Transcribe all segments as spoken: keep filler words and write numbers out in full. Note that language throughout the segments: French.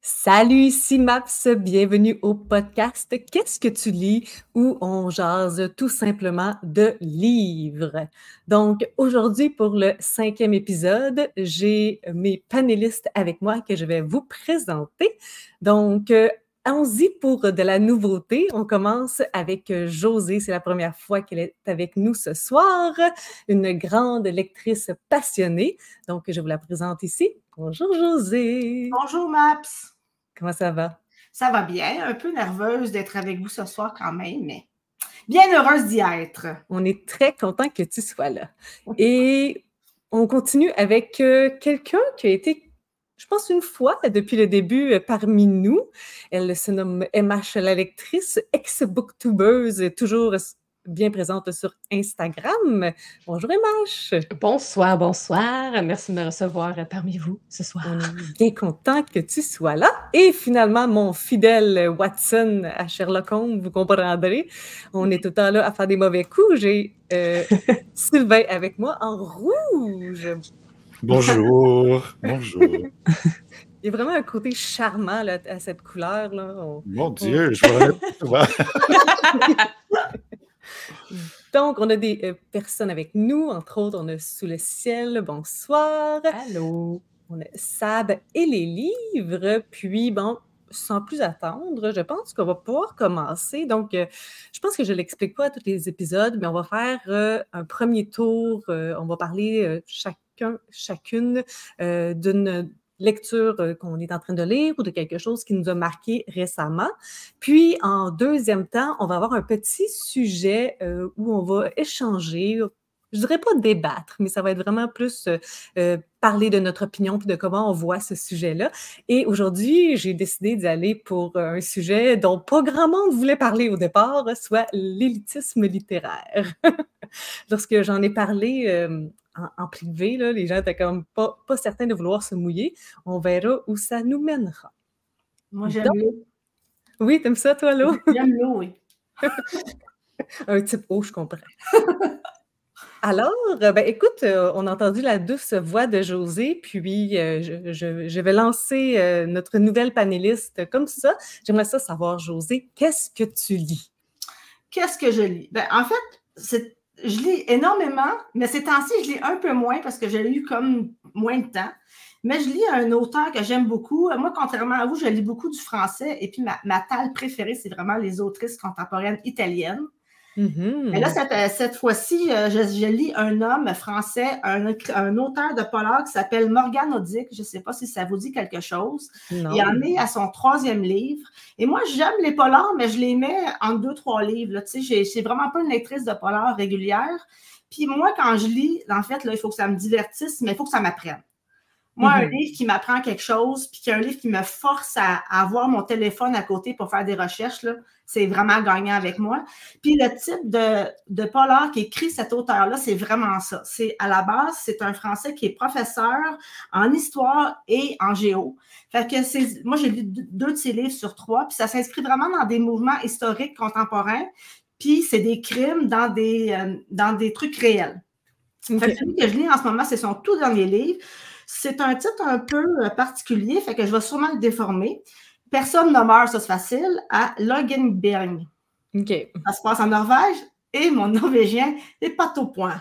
Salut, ici Maps, bienvenue au podcast Qu'est-ce que tu lis? Où on jase tout simplement de livres. Donc, aujourd'hui, pour le cinquième épisode, j'ai mes panélistes avec moi que je vais vous présenter. Donc, euh, allons-y pour de la nouveauté. On commence avec euh, Josée. C'est la première fois qu'elle est avec nous ce soir, une grande lectrice passionnée. Donc, je vous la présente ici. Bonjour Josée. Bonjour Maps. Comment ça va? Ça va bien, un peu nerveuse d'être avec vous ce soir quand même, mais bien heureuse d'y être. On est très content que tu sois là. Et on continue avec euh, quelqu'un qui a été, je pense, une fois depuis le début euh, parmi nous. Elle se nomme M H la lectrice, ex-booktubeuse, toujours bien présente sur Instagram. Bonjour M H. Bonsoir, bonsoir. Merci de me recevoir parmi vous ce soir. On est bien content que tu sois là. Et finalement, mon fidèle Watson à Sherlock Holmes, vous comprendrez, on est tout le temps là à faire des mauvais coups. J'ai euh, Sylvain avec moi en rouge. Bonjour, bonjour. Il y a vraiment un côté charmant là, à cette couleur. Là. On, Mon Dieu, on... je me remets Donc, on a des euh, personnes avec nous, entre autres, on a Sous le ciel, bonsoir. Allô. On a Sab et les livres, puis bon, sans plus attendre, je pense qu'on va pouvoir commencer. Donc, euh, je pense que je ne l'explique pas à tous les épisodes, mais on va faire euh, un premier tour, euh, on va parler euh, chacun, chacune euh, d'une lecture euh, qu'on est en train de lire ou de quelque chose qui nous a marqué récemment. Puis, en deuxième temps, on va avoir un petit sujet euh, où on va échanger, je dirais pas débattre, mais ça va être vraiment plus euh, euh, parler de notre opinion puis de comment on voit ce sujet-là. Et aujourd'hui, j'ai décidé d'y aller pour un sujet dont pas grand monde voulait parler au départ, soit l'élitisme littéraire. Lorsque j'en ai parlé euh, en, en privé, là, les gens étaient comme pas, pas certains de vouloir se mouiller. On verra où ça nous mènera. Moi, j'aime l'eau. Oui, t'aimes ça, toi, l'eau? J'aime l'eau, oui. Un type eau, je comprends. Alors, ben, écoute, euh, on a entendu la douce voix de Josée, puis euh, je, je, je vais lancer euh, notre nouvelle panéliste comme ça. J'aimerais ça savoir, Josée, qu'est-ce que tu lis? Qu'est-ce que je lis? Ben, en fait, c'est, je lis énormément, mais ces temps-ci, je lis un peu moins parce que j'ai eu comme moins de temps. Mais je lis un auteur que j'aime beaucoup. Moi, contrairement à vous, je lis beaucoup du français. Et puis, ma, ma talle préférée, c'est vraiment les autrices contemporaines italiennes. Mm-hmm. Mais là, cette, cette fois-ci, je, je lis un homme français, un, un auteur de polar qui s'appelle Morgan Audic. Je ne sais pas si ça vous dit quelque chose. Non. Il en est à son troisième livre. Et moi, j'aime les polars, mais je les mets en deux, trois livres. Là. Tu sais, c'est vraiment pas une lectrice de polar régulière. Puis moi, quand je lis, en fait, là, il faut que ça me divertisse, mais il faut que ça m'apprenne. Moi, mm-hmm. un livre qui m'apprend quelque chose, puis qu'il y a un livre qui me force à, à avoir mon téléphone à côté pour faire des recherches, là, c'est vraiment gagnant avec moi. Puis le type de, de polar qu'écrit cet auteur-là, c'est vraiment ça. C'est à la base, c'est un Français qui est professeur en histoire et en géo. Fait que c'est, moi, j'ai lu deux de ses livres sur trois, puis ça s'inscrit vraiment dans des mouvements historiques contemporains, puis c'est des crimes dans des, euh, dans des trucs réels. Okay. Fait que celui que je lis en ce moment, c'est son tout dernier livre. C'est un titre un peu particulier, fait que je vais sûrement le déformer. Personne ne meurt, ça c'est facile, à Logenberg. Okay. Ça se passe en Norvège et mon norvégien n'est pas au point.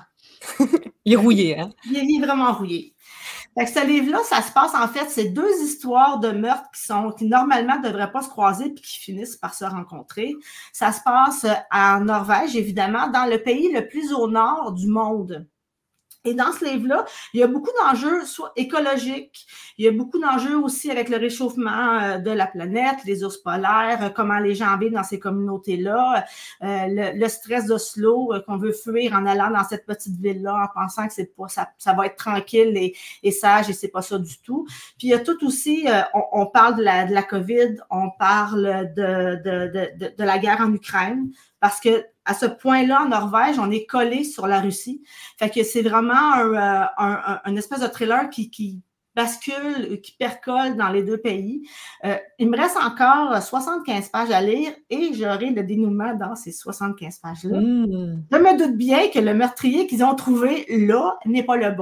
Il est rouillé, hein? Il est, il est vraiment rouillé. Fait que ce livre-là, ça se passe en fait, c'est deux histoires de meurtres qui sont qui normalement ne devraient pas se croiser puis qui finissent par se rencontrer. Ça se passe en Norvège, évidemment, dans le pays le plus au nord du monde. Et dans ce livre-là, il y a beaucoup d'enjeux soit écologiques, il y a beaucoup d'enjeux aussi avec le réchauffement de la planète, les ours polaires, comment les gens vivent dans ces communautés-là, euh, le, le stress d'Oslo euh, qu'on veut fuir en allant dans cette petite ville-là en pensant que c'est pas ça, ça va être tranquille et, et sage et c'est pas ça du tout. Puis il y a tout aussi, euh, on, on parle de la, de la COVID, on parle de, de, de, de, de la guerre en Ukraine, parce que à ce point-là, en Norvège, on est collé sur la Russie. Fait que c'est vraiment un, un, un, un espèce de thriller qui, qui bascule, qui percole dans les deux pays. Euh, il me reste encore soixante-quinze pages à lire et j'aurai le dénouement dans ces soixante-quinze pages-là. Mmh. Je me doute bien que le meurtrier qu'ils ont trouvé là n'est pas le bon.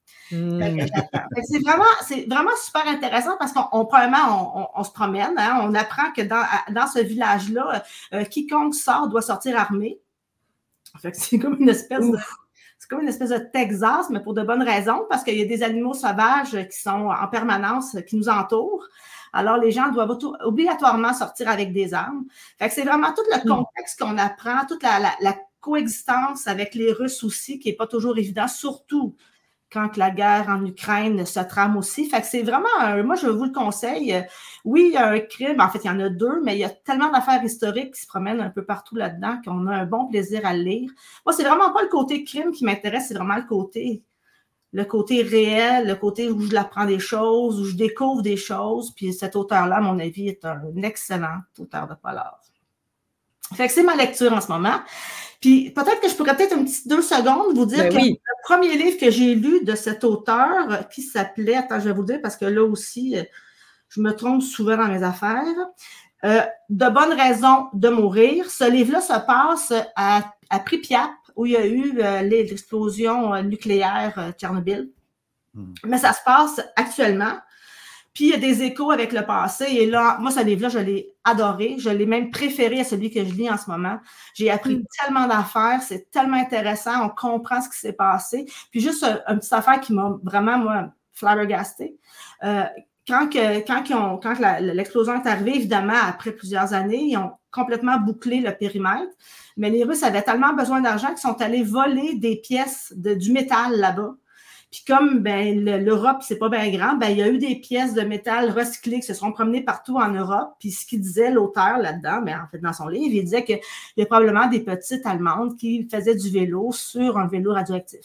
Mmh. Fait que j'attends. Fait que c'est vraiment, c'est vraiment super intéressant parce qu'on on, probablement, on, on, on se promène, hein, on apprend que dans, dans ce village-là, euh, quiconque sort doit sortir armé. Fait que c'est comme une espèce Ouf. de... C'est comme une espèce de Texas, mais pour de bonnes raisons, parce qu'il y a des animaux sauvages qui sont en permanence, qui nous entourent. Alors, les gens doivent auto- obligatoirement sortir avec des armes. Fait que c'est vraiment tout le contexte qu'on apprend, toute la, la, la coexistence avec les Russes aussi, qui n'est pas toujours évident, surtout quand la guerre en Ukraine se trame aussi. Fait que c'est vraiment, un, moi, je vous le conseille. Oui, il y a un crime, en fait, il y en a deux, mais il y a tellement d'affaires historiques qui se promènent un peu partout là-dedans qu'on a un bon plaisir à le lire. Moi, c'est vraiment pas le côté crime qui m'intéresse, c'est vraiment le côté, le côté réel, le côté où je apprends des choses, où je découvre des choses. Puis cet auteur-là, à mon avis, est un excellent auteur de polar. Fait que c'est ma lecture en ce moment. Puis peut-être que je pourrais peut-être une petite deux secondes vous dire Ben que oui. le premier livre que j'ai lu de cet auteur euh, qui s'appelait, attends, je vais vous le dire parce que là aussi, euh, je me trompe souvent dans mes affaires, euh, De bonnes raisons de mourir. Ce livre-là se passe à, à Pripyat, où il y a eu euh, l'explosion euh, nucléaire euh, Tchernobyl. Mm. Mais ça se passe actuellement. Puis il y a des échos avec le passé. Et là, moi, ce livre-là, je l'ai adoré. Je l'ai même préféré à celui que je lis en ce moment. J'ai appris mmh. tellement d'affaires. C'est tellement intéressant. On comprend ce qui s'est passé. Puis juste une un petite affaire qui m'a vraiment, moi, flabbergastée. Euh, quand que, quand, qu'ils ont, quand la, l'explosion est arrivée, évidemment, après plusieurs années, ils ont complètement bouclé le périmètre. Mais les Russes avaient tellement besoin d'argent qu'ils sont allés voler des pièces de, du métal là-bas. Puis comme ben, l'Europe, c'est pas bien grand, ben, il y a eu des pièces de métal recyclées qui se sont promenées partout en Europe. Puis ce qu'il disait, l'auteur là-dedans, ben, en fait, dans son livre, il disait qu'il y a probablement des petites Allemandes qui faisaient du vélo sur un vélo radioactif.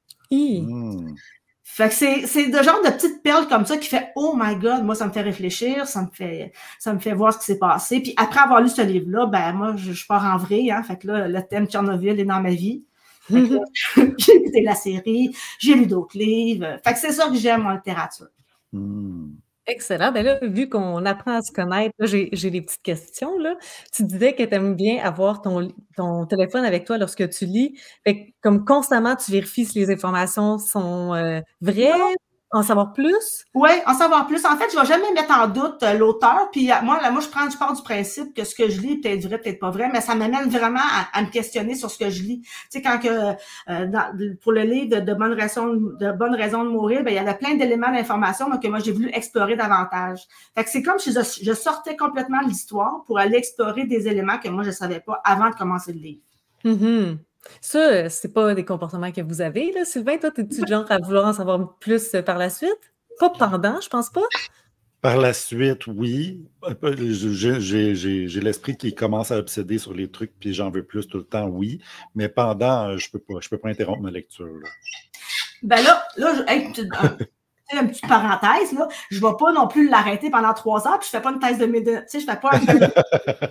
Mmh. Fait que c'est, c'est le genre de petites perles comme ça qui fait « Oh my God! » Moi, ça me fait réfléchir, ça me fait, ça me fait voir ce qui s'est passé. Puis après avoir lu ce livre-là, ben moi, je, je pars en vrai. Hein, fait que là, le thème Tchernobyl est dans ma vie. Là, j'ai écouté la série, j'ai lu d'autres livres. Fait que c'est ça que j'aime en littérature. Mmh. Excellent. Ben là, vu qu'on apprend à se connaître, là, j'ai, j'ai des petites questions. Là. Tu disais que tu aimes bien avoir ton, ton téléphone avec toi lorsque tu lis. Fait que, comme constamment, tu vérifies si les informations sont euh, vraies, non. En savoir plus? Oui, en savoir plus. En fait, je ne vais jamais mettre en doute euh, l'auteur. Puis moi, là, moi, je prends, je pars du principe que ce que je lis est peut-être vrai, peut-être pas vrai, mais ça m'amène vraiment à, à me questionner sur ce que je lis. Tu sais, quand que euh, dans, pour le livre de, de bonnes raisons de bonnes raisons de mourir, ben il y avait plein d'éléments d'information donc, que moi j'ai voulu explorer davantage. Fait que c'est comme si je, je sortais complètement de l'histoire pour aller explorer des éléments que moi je savais pas avant de commencer le livre. Mm-hmm. Ça, c'est pas des comportements que vous avez, là, Sylvain? Toi, t'es-tu du genre à vouloir en savoir plus par la suite? Pas pendant, je pense pas. Par la suite, oui. J'ai, j'ai, j'ai, j'ai l'esprit qui commence à obséder sur les trucs, puis j'en veux plus tout le temps, oui. Mais pendant, je peux pas, je peux pas interrompre ma lecture. Là. Ben là, là, je, hey, tu, un, une petite parenthèse, là, je vais pas non plus l'arrêter pendant trois heures, puis je fais pas une thèse de médecine, tu sais, je fais pas un...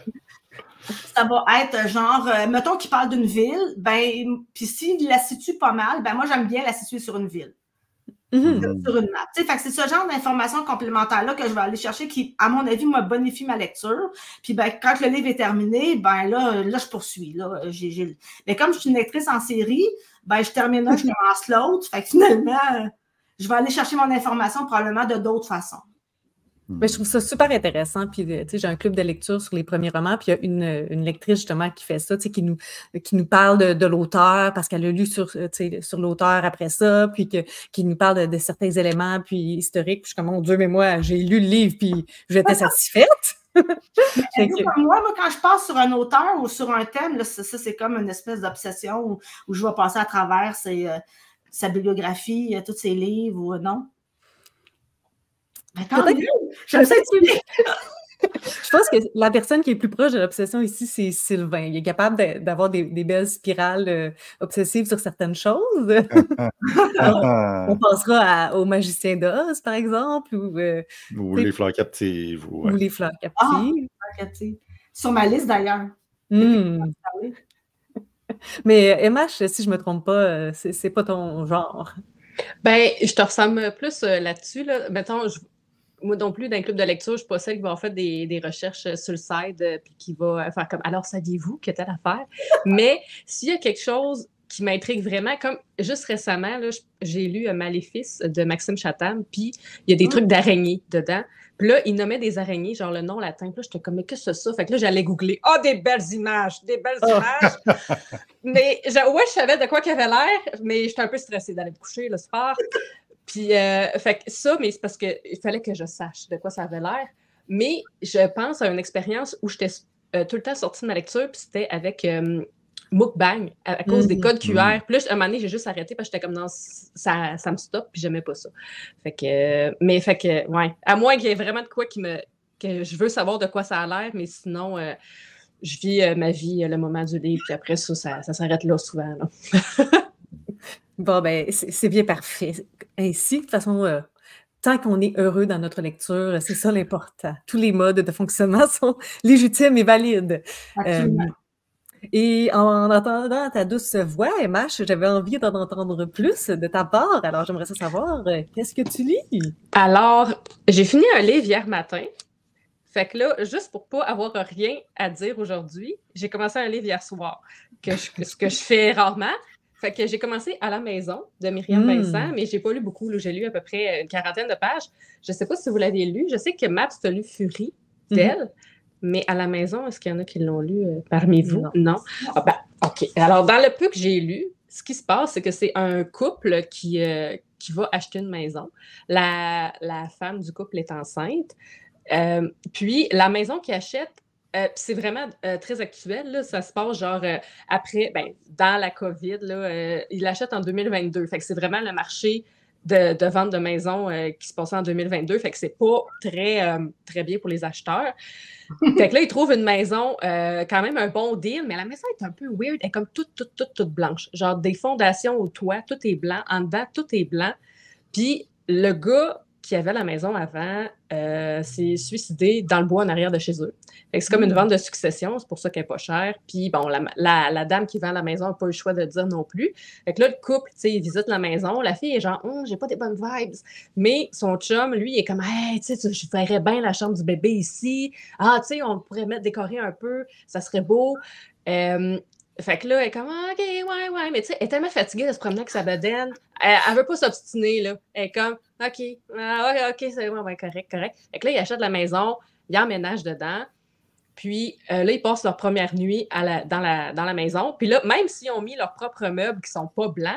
Ça va être genre, euh, mettons qu'il parle d'une ville, ben, puis s'il la situe pas mal, ben moi, j'aime bien la situer sur une ville. Mm-hmm. Sur une map. Tu sais, fait que c'est ce genre d'informations complémentaires-là que je vais aller chercher qui, à mon avis, me bonifie ma lecture. Puis, ben, quand le livre est terminé, ben là, là je poursuis. Là, j'ai, j'ai... Mais comme je suis une lectrice en série, ben, je termine un, je commence l'autre. Fait que finalement, je vais aller chercher mon information probablement de d'autres façons. Mais je trouve ça super intéressant. Puis, tu sais, j'ai un club de lecture sur les premiers romans, puis il y a une, une lectrice, justement, qui fait ça, tu sais, qui nous, qui nous parle de, de l'auteur parce qu'elle a lu sur, tu sais, sur l'auteur après ça, puis que, qui nous parle de, de certains éléments, puis historiques. Puis je suis comme, mon Dieu, mais moi, j'ai lu le livre, puis j'étais satisfaite. Mais, que... moi, moi, quand je passe sur un auteur ou sur un thème, là, ça, ça, c'est comme une espèce d'obsession où, où je vais passer à travers ses, euh, sa bibliographie, tous ses livres, ou non? Peut-être que... je, je pense que la personne qui est plus proche de l'obsession ici, c'est Sylvain. Il est capable de, d'avoir des, des belles spirales euh, obsessives sur certaines choses. Alors, on pensera à, au magicien d'Oz, par exemple. Ou, euh, ou les fleurs captives. Ou ouais. les fleurs captives. Ah, les fleurs captives. Sur ma liste, d'ailleurs. Mm. Mais M H, si je ne me trompe pas, c'est, c'est pas ton genre. Ben, je te ressemble plus euh, là-dessus. Là. Mettons, je... moi non plus, dans le club de lecture, je ne suis pas celle qui va faire des, des recherches sur le site euh, puis qui va faire comme « Alors, saviez-vous que telle affaire? » Mais s'il y a quelque chose qui m'intrigue vraiment. Comme juste récemment, là, j'ai lu euh, Maléfice de Maxime Chatham, puis il y a des mmh. trucs d'araignées dedans. Puis là, il nommait des araignées, genre le nom latin. Puis là, j'étais comme, mais qu'est-ce que c'est ça? Fait que là, j'allais googler. Ah, oh, des belles images, des belles oh. images. mais ouais, je savais de quoi qu'il avait l'air, mais j'étais un peu stressée d'aller me coucher le soir. Puis, euh, fait que ça, mais c'est parce qu'il fallait que je sache de quoi ça avait l'air. Mais je pense à une expérience où j'étais euh, tout le temps sortie de ma lecture, puis c'était avec euh, Mukbang, à, à cause mmh. des codes Q R. Puis là, un moment donné, j'ai juste arrêté parce que j'étais comme, non, ça, ça me stoppe, puis j'aimais pas ça. Fait que, euh, mais fait que, ouais, à moins qu'il y ait vraiment de quoi qui me, que je veux savoir de quoi ça a l'air, mais sinon, euh, je vis euh, ma vie, euh, le moment du livre, puis après ça, ça, ça s'arrête là souvent. Là. Bon, ben, c'est bien parfait. Ainsi, de toute façon, euh, tant qu'on est heureux dans notre lecture, c'est ça l'important. Tous les modes de fonctionnement sont légitimes et valides. Euh, et en entendant ta douce voix, M H, j'avais envie d'en entendre plus de ta part. Alors, j'aimerais ça savoir, euh, qu'est-ce que tu lis? Alors, j'ai fini un livre hier matin. Fait que là, juste pour pas avoir rien à dire aujourd'hui, j'ai commencé un livre hier soir, que je, ce que je fais rarement. Fait que j'ai commencé À la maison de Myriam mmh. Vincent, mais j'ai pas lu beaucoup. J'ai lu à peu près une quarantaine de pages. Je sais pas si vous l'avez lu. Je sais que Matt, tu as lu Furie d'elle, mmh. mais À la maison, est-ce qu'il y en a qui l'ont lu euh, parmi vous? Non. non? Ah ben, OK. Alors, dans le peu que j'ai lu, ce qui se passe, c'est que c'est un couple qui, euh, qui va acheter une maison. La, la femme du couple est enceinte. Euh, puis, la maison qu'ils achètent, Euh, c'est vraiment euh, très actuel, là. Ça se passe genre euh, après, ben, dans la COVID, là, euh, ils l'achètent en deux mille vingt-deux. Fait que c'est vraiment le marché de, de vente de maisons euh, qui se passait en deux mille vingt-deux. Fait que c'est pas très, euh, très bien pour les acheteurs. Fait que là, ils trouvent une maison, euh, quand même un bon deal, mais la maison est un peu weird. Elle est comme toute, toute, toute, toute blanche. Genre des fondations au toit, tout est blanc. En dedans, tout est blanc. Puis le gars qui avait la maison avant euh, s'est suicidé dans le bois en arrière de chez eux. C'est comme mmh. une vente de succession, c'est pour ça qu'elle n'est pas chère. Puis bon, la, la, la dame qui vend la maison n'a pas eu le choix de dire non plus. Fait que là, le couple, tu sais, il visite la maison. La fille est genre, hm, j'ai pas des bonnes vibes. Mais son chum, lui, il est comme, hey, tu sais, je ferais bien la chambre du bébé ici. Ah, tu sais, on pourrait mettre décorer un peu, ça serait beau. Euh, Fait que là, elle est comme, OK, ouais, ouais. Mais tu sais, elle est tellement fatiguée de se promener avec sa bedaine. Elle, elle veut pas s'obstiner, là. Elle est comme, OK, ah, ouais, OK, c'est ouais, ouais, correct, correct. Fait que là, ils achètent la maison, ils emménagent dedans. Puis euh, là, ils passent leur première nuit à la, dans, la, dans la maison. Puis là, même s'ils ont mis leurs propres meubles qui sont pas blancs,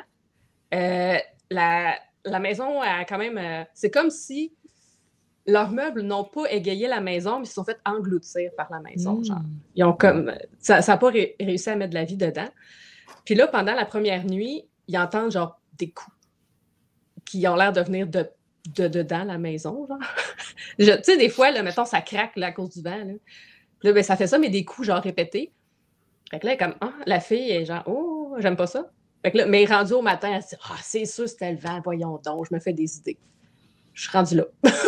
euh, la, la maison a quand même... Euh, c'est comme si leurs meubles n'ont pas égayé la maison, mais ils se sont fait engloutir par la maison. Mmh. Genre. Ils ont comme... Ça n'a pas ré- réussi à mettre de la vie dedans. Puis là, pendant la première nuit, ils entendent genre des coups qui ont l'air de venir de, de dedans la maison. Genre. Tu sais, des fois, là, mettons, ça craque là, à cause du vent. Là. Puis là, ben, ça fait ça, mais des coups genre répétés. Fait que là, elle est comme, ah, la fille est genre, oh, j'aime pas ça. Fait que là, mais rendue au matin, elle se dit, ah, c'est sûr, c'était le vent, voyons donc, je me fais des idées. Je suis rendue là.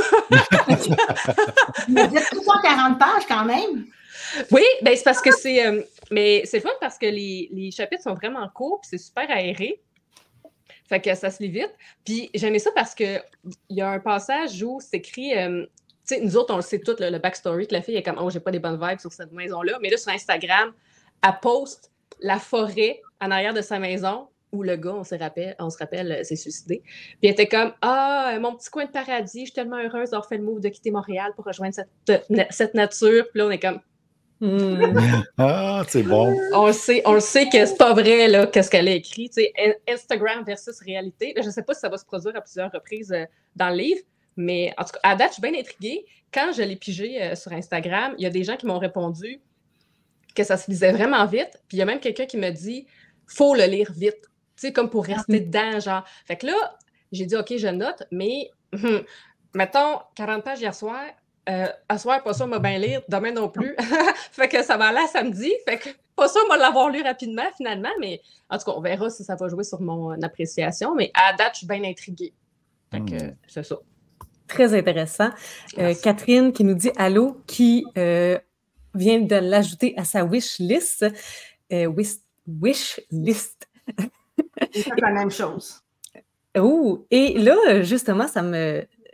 Mais vous êtes tout cent quarante pages quand même. Oui, ben c'est parce que c'est... Euh, mais c'est fun parce que les, les chapitres sont vraiment courts puis c'est super aéré. Fait que ça se lit vite. Puis j'aimais ça parce qu'il y a un passage où c'est écrit... Euh, tu sais, nous autres, on le sait tout, là, le backstory, que la fille est comme « Oh, j'ai pas des bonnes vibes sur cette maison-là. » Mais là, sur Instagram, elle poste la forêt en arrière de sa maison où le gars, on se rappelle, on se rappelle, s'est suicidé. Puis elle était comme « Ah, mon petit coin de paradis, je suis tellement heureuse d'avoir fait le move de quitter Montréal pour rejoindre cette, cette nature. » Puis là, on est comme mm. « Ah, c'est bon. » On sait, on sait que c'est pas vrai, là, qu'est-ce qu'elle a écrit. Tu sais, Instagram versus réalité. Là, je sais pas si ça va se produire à plusieurs reprises euh, dans le livre, mais en tout cas, à date, je suis bien intriguée. Quand je l'ai pigé euh, sur Instagram, il y a des gens qui m'ont répondu que ça se lisait vraiment vite. Puis il y a même quelqu'un qui me dit « Faut le lire vite. » Tu sais, comme pour rester dedans, genre. Fait que là, j'ai dit, OK, je note, mais hum, mettons, quarante pages hier soir, euh, à soir, pas sûr, m'a bien lire, demain non plus. Fait que ça va aller à samedi. Fait que pas sûr, moi, l'avoir lu rapidement, finalement, mais en tout cas, on verra si ça va jouer sur mon euh, appréciation, mais à date, je suis bien intriguée. Fait que euh, c'est ça. Très intéressant. Euh, Catherine qui nous dit allô, qui euh, vient de l'ajouter à sa wish list. Euh, wish, wish list. C'est la même chose. Oh, et là, justement, ça me,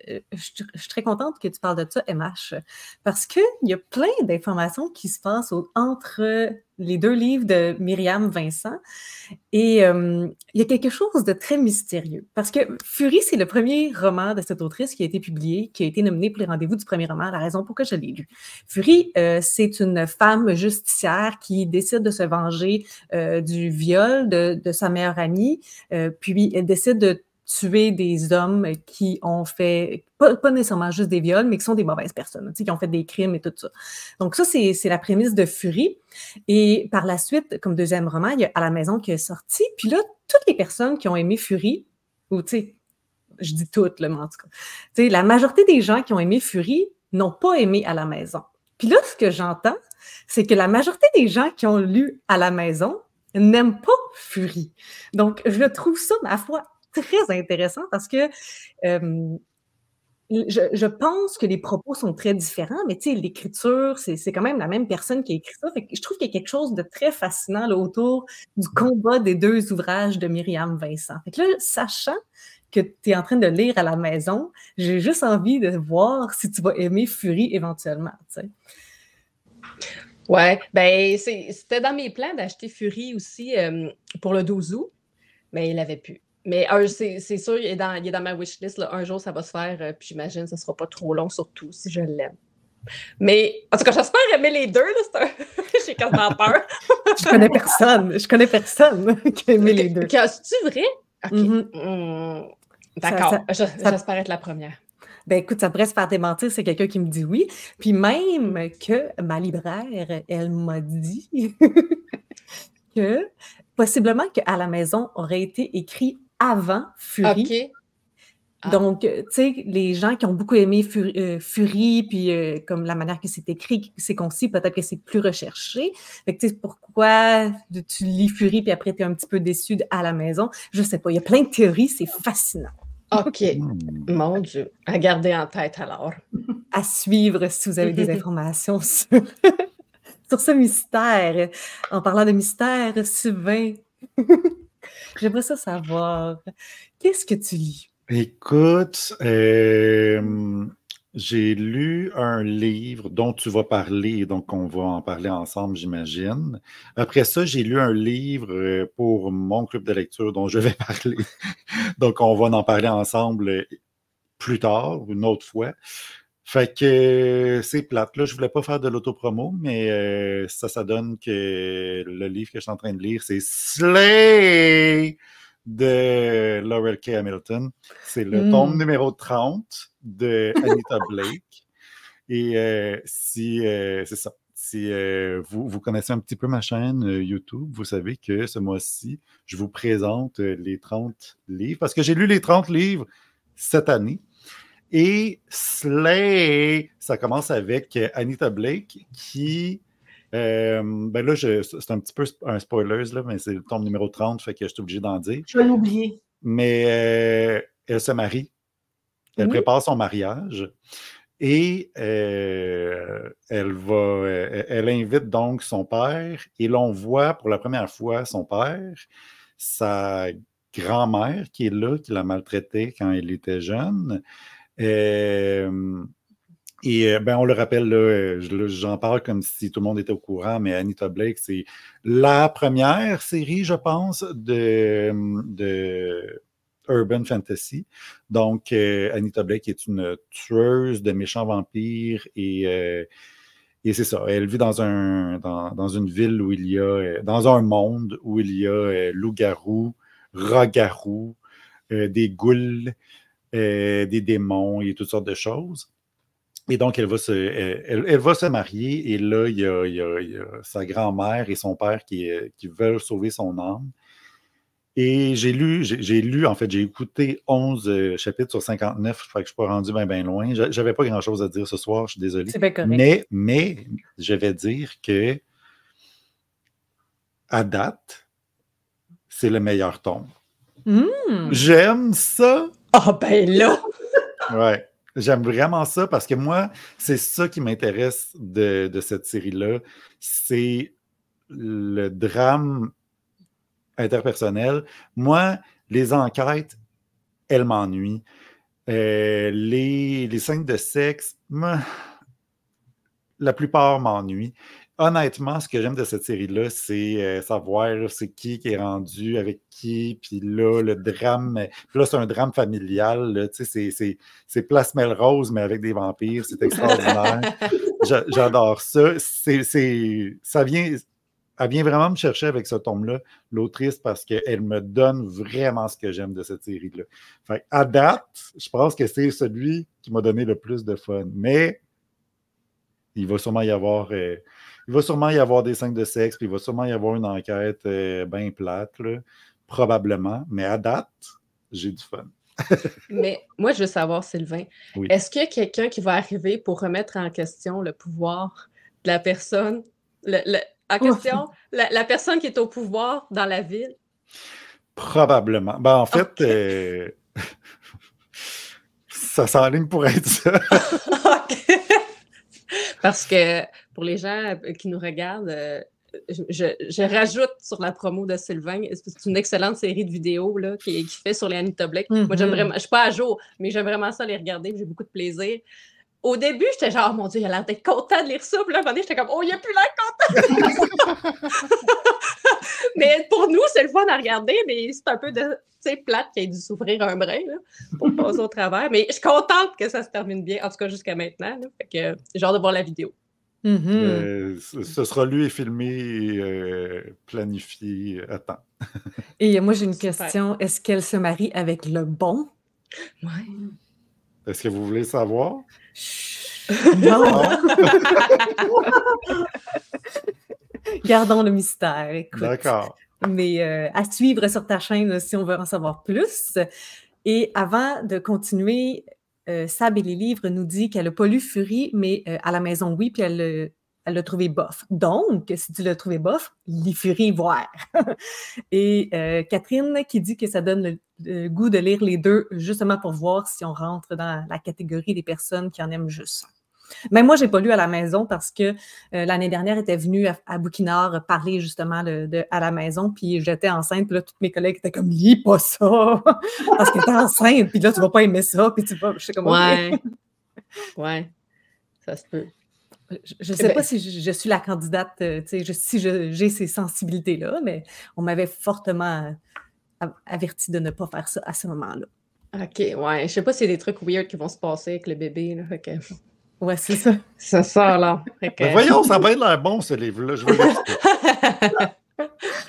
euh, je, je suis très contente que tu parles de ça, M H, parce qu'il y a plein d'informations qui se passent au- entre les deux livres de Myriam Vincent. Et euh, il y a quelque chose de très mystérieux. Parce que Furie, c'est le premier roman de cette autrice qui a été publié, qui a été nominé pour les rendez-vous du premier roman, la raison pourquoi je l'ai lu. Furie, euh, c'est une femme justicière qui décide de se venger euh, du viol de, de sa meilleure amie, euh, puis elle décide de tuer des hommes qui ont fait, pas, pas nécessairement juste des viols, mais qui sont des mauvaises personnes, tu sais, qui ont fait des crimes et tout ça. Donc ça, c'est, c'est la prémisse de Furie. Et par la suite, comme deuxième roman, il y a À la maison qui est sorti. Puis là, toutes les personnes qui ont aimé Furie, ou tu sais, je dis toutes, là, mais en tout cas, tu sais, la majorité des gens qui ont aimé Furie n'ont pas aimé À la maison. Puis là, ce que j'entends, c'est que la majorité des gens qui ont lu À la maison n'aiment pas Furie. Donc, je trouve ça, ma foi, très intéressant parce que euh, je, je pense que les propos sont très différents, mais tu sais, l'écriture, c'est, c'est quand même la même personne qui a écrit ça. Fait que je trouve qu'il y a quelque chose de très fascinant là, autour du combat des deux ouvrages de Myriam Vincent. Fait que là, sachant que tu es en train de lire À la maison, j'ai juste envie de voir si tu vas aimer Furie éventuellement, tu sais. Ouais, ben c'est, c'était dans mes plans d'acheter Furie aussi euh, pour le douze août, mais il l'avait plus. Mais un, c'est, c'est sûr, il est, dans, il est dans ma wishlist. Là. Un jour, ça va se faire, euh, puis j'imagine que ça ne sera pas trop long, surtout si je l'aime. Mais en tout cas, j'espère aimer les deux. Là, c'est un... J'ai quasiment peur. Je connais personne. Je connais personne qui a aimé les deux. C'est-tu vrai? OK. Mm-hmm. Mmh. D'accord. Ça, ça, Je, ça... J'espère être la première. Ben écoute, ça pourrait se faire démentir, c'est quelqu'un qui me dit oui. Puis même que ma libraire, elle m'a dit que possiblement qu'À la maison aurait été écrit avant Furie. OK. Ah. Donc, tu sais, les gens qui ont beaucoup aimé Furie, euh, Furie puis euh, comme la manière que c'est écrit, c'est concis, peut-être que c'est plus recherché. Fait que tu sais, pourquoi tu lis Furie puis après tu es un petit peu déçu d'À la maison? Je sais pas, il y a plein de théories, c'est fascinant. OK. Mon Dieu. À garder en tête alors. À suivre si vous avez des informations sur, sur ce mystère. En parlant de mystère, Sylvain, j'aimerais ça savoir. Qu'est-ce que tu lis? Écoute, euh, j'ai lu un livre dont tu vas parler, donc on va en parler ensemble, j'imagine. Après ça, j'ai lu un livre pour mon club de lecture dont je vais parler. Donc, on va en parler ensemble plus tard, une autre fois. Fait que c'est plate. Là, je voulais pas faire de l'autopromo, mais euh, ça, ça donne que le livre que je suis en train de lire, c'est Slay de Laurel K. Hamilton. C'est le mm. tome numéro trente de Anita Blake. Et euh, si, euh, c'est ça. Si euh, vous, vous connaissez un petit peu ma chaîne euh, YouTube, vous savez que ce mois-ci, je vous présente euh, les trente livres, parce que j'ai lu les trente livres cette année. Et Slay, ça commence avec Anita Blake qui, euh, ben là, je, c'est un petit peu un spoiler, là, mais c'est le tome numéro trente, fait que je suis obligé d'en dire. Je vais l'oublier. Mais euh, elle se marie. Elle mmh. prépare son mariage. Et euh, elle va, elle, elle invite donc son père. Et l'on voit pour la première fois son père, sa grand-mère qui est là, qui la maltraitait quand elle était jeune. Euh, et ben, on le rappelle, là, j'en parle comme si tout le monde était au courant, mais Anita Blake, c'est la première série, je pense, de, de Urban Fantasy. Donc, euh, Anita Blake est une tueuse de méchants vampires et, euh, et c'est ça. Elle vit dans, un, dans, dans une ville où il y a, dans un monde où il y a euh, loups-garous, rats-garous, euh, des ghouls, Euh, des démons et toutes sortes de choses. Et donc, elle va se, elle, elle va se marier et là, il y a, il y a, il y a sa grand-mère et son père qui, qui veulent sauver son âme. Et j'ai lu, j'ai, j'ai lu, en fait, j'ai écouté onze euh, chapitres sur cinquante-neuf, je crois que je ne suis pas rendu bien, bien loin. Je n'avais pas grand-chose à dire ce soir, je suis désolé. C'est bien correct. Mais, mais, je vais dire que à date, c'est le meilleur tome. Mmh. J'aime ça! Ah oh, ben là! Ouais, j'aime vraiment ça parce que moi, c'est ça qui m'intéresse de, de cette série-là. C'est le drame interpersonnel. Moi, les enquêtes, elles m'ennuient. Euh, les, les scènes de sexe, moi, la plupart m'ennuient. Honnêtement, ce que j'aime de cette série-là, c'est euh, savoir là, c'est qui qui est rendu avec qui, puis là, le drame, puis là, c'est un drame familial, là, tu sais, c'est, c'est, c'est Place Melrose, mais avec des vampires, c'est extraordinaire. J'a- J'adore ça. C'est, c'est, ça vient, elle vient vraiment me chercher avec ce tome-là, l'autrice, parce qu'elle me donne vraiment ce que j'aime de cette série-là. Fait à date, je pense que c'est celui qui m'a donné le plus de fun, mais il va sûrement y avoir... euh, il va sûrement y avoir des scènes de sexe, puis il va sûrement y avoir une enquête euh, bien plate, là, probablement. Mais à date, j'ai du fun. Mais moi, je veux savoir, Sylvain, Oui. est-ce qu'il y a quelqu'un qui va arriver pour remettre en question le pouvoir de la personne, le, le- en question, la, la personne qui est au pouvoir dans la ville? Probablement. Ben, en fait, Ok. euh, ça s'enligne pour être ça. OK. Parce que pour les gens qui nous regardent, euh, je, je- je rajoute sur la promo de Sylvain, c'est une excellente série de vidéos là, qui, qui fait sur les Anita Blake. Mhm. Moi, j'aime vraiment, je ne suis pas à jour, mais j'aime vraiment ça les regarder, puis j'ai beaucoup de plaisir. Au début, j'étais genre, oh mon Dieu, il a l'air d'être content de lire ça. Puis là, à un moment donné, j'étais comme, oh, il a plus l'air content. Mais pour nous, c'est le fun à regarder, mais c'est un peu de, tu sais, plate qu'il ait dû souffrir un brin là, pour passer au travers. Mais je suis contente que ça se termine bien, en tout cas jusqu'à maintenant. Là. Fait que j'ai hâte de voir la vidéo. Mhm. Euh, ce ce sera lu et filmé et euh, planifié à temps. Et moi, j'ai une Super. question. Est-ce qu'elle se marie avec le bon? Ouais. Est-ce que vous voulez savoir? Non! Ah, Gardons le mystère, écoute. d'accord. Mais euh, à suivre sur ta chaîne si on veut en savoir plus. Et avant de continuer, euh, Sab et les livres nous dit qu'elle n'a pas lu Fury, mais euh, à la maison, oui, puis elle l'a elle l'a trouvé bof. Donc, si tu l'as trouvé bof, lis Fury voir. Et euh, Catherine qui dit que ça donne le, le goût de lire les deux, justement pour voir si on rentre dans la catégorie des personnes qui en aiment juste. Même moi, je n'ai pas lu à la maison parce que euh, l'année dernière, elle était venue à, à Bouquinard parler justement de, de, à la maison, puis j'étais enceinte, puis là, tous mes collègues étaient comme « Lis pas ça! » parce qu'elle était enceinte, puis là, tu vas pas aimer ça, puis tu vas... Je sais comme « Ouais. OK. » Ouais. Ça se peut. Je ne sais ben, pas si je, je suis la candidate, euh, tu sais, je, si je, j'ai ces sensibilités-là, mais on m'avait fortement euh, averti de ne pas faire ça à ce moment-là. OK, ouais. Je sais pas s'il y a des trucs weird qui vont se passer avec le bébé. Là, fait que... Ouais, c'est ça. Ça sort là. Fait que... Mais voyons, ça a bien l'air bon, ce livre-là. Je veux lire ça.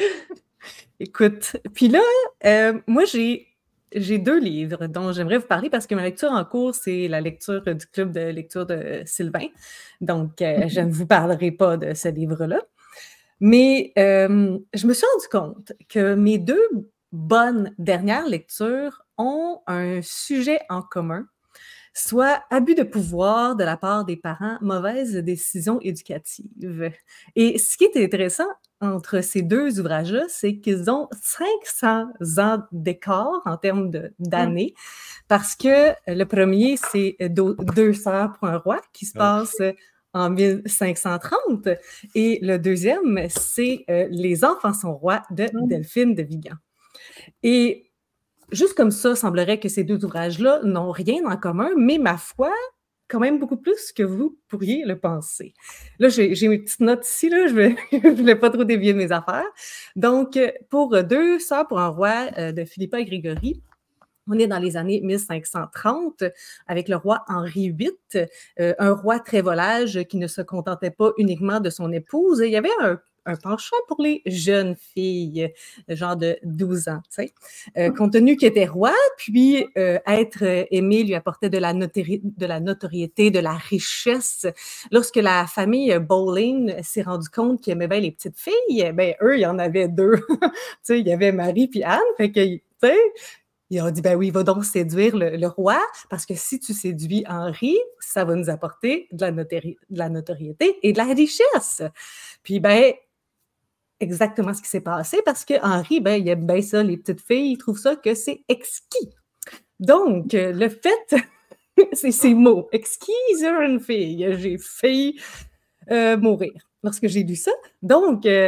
Écoute, puis là, euh, moi, j'ai, j'ai deux livres dont j'aimerais vous parler parce que ma lecture en cours, c'est la lecture du club de lecture de Sylvain. Donc, euh, je ne vous parlerai pas de ce livre-là. Mais euh, je me suis rendu compte que mes deux bonnes dernières lectures ont un sujet en commun, soit abus de pouvoir de la part des parents, mauvaise décision éducative. Et ce qui est intéressant entre ces deux ouvrages-là, c'est qu'ils ont cinq cents ans d'écart en termes de, d'années, parce que le premier, c'est Deux sœurs pour un roi, qui se passe en mille cinq cent trente, et le deuxième, c'est euh, Les enfants sont rois de Delphine de Vigan. Et juste comme ça, semblerait que ces deux ouvrages-là n'ont rien en commun, mais ma foi, quand même beaucoup plus que vous pourriez le penser. Là, j'ai, j'ai mes petites notes ici, là, je ne voulais pas trop dévier de mes affaires. Donc, pour Deux sœurs pour un roi euh, de Philippa et Grégory, on est dans les années mille cinq cent trente avec le roi Henri huit, euh, un roi très volage qui ne se contentait pas uniquement de son épouse. Il y avait un un penchant pour les jeunes filles, genre de douze ans, tu sais. Euh, compte tenu qu'il était roi, puis euh, être aimé lui apportait de la, notori- de la notoriété, de la richesse. Lorsque la famille Boleyn s'est rendu compte qu'ils aimaient bien les petites filles, ben eux, il y en avait deux. Tu sais, il y avait Marie puis Anne, fait que, tu sais, ils ont dit, ben oui, va donc séduire le, le roi, parce que si tu séduis Henri, ça va nous apporter de la, notori- de la notoriété et de la richesse. Puis, ben, exactement ce qui s'est passé, parce que Henri, ben, il aime bien ça, les petites filles, il trouve ça que c'est exquis. Donc, le fait, c'est ces mots, exquis sur une fille, j'ai failli euh, mourir lorsque j'ai lu ça. Donc, euh,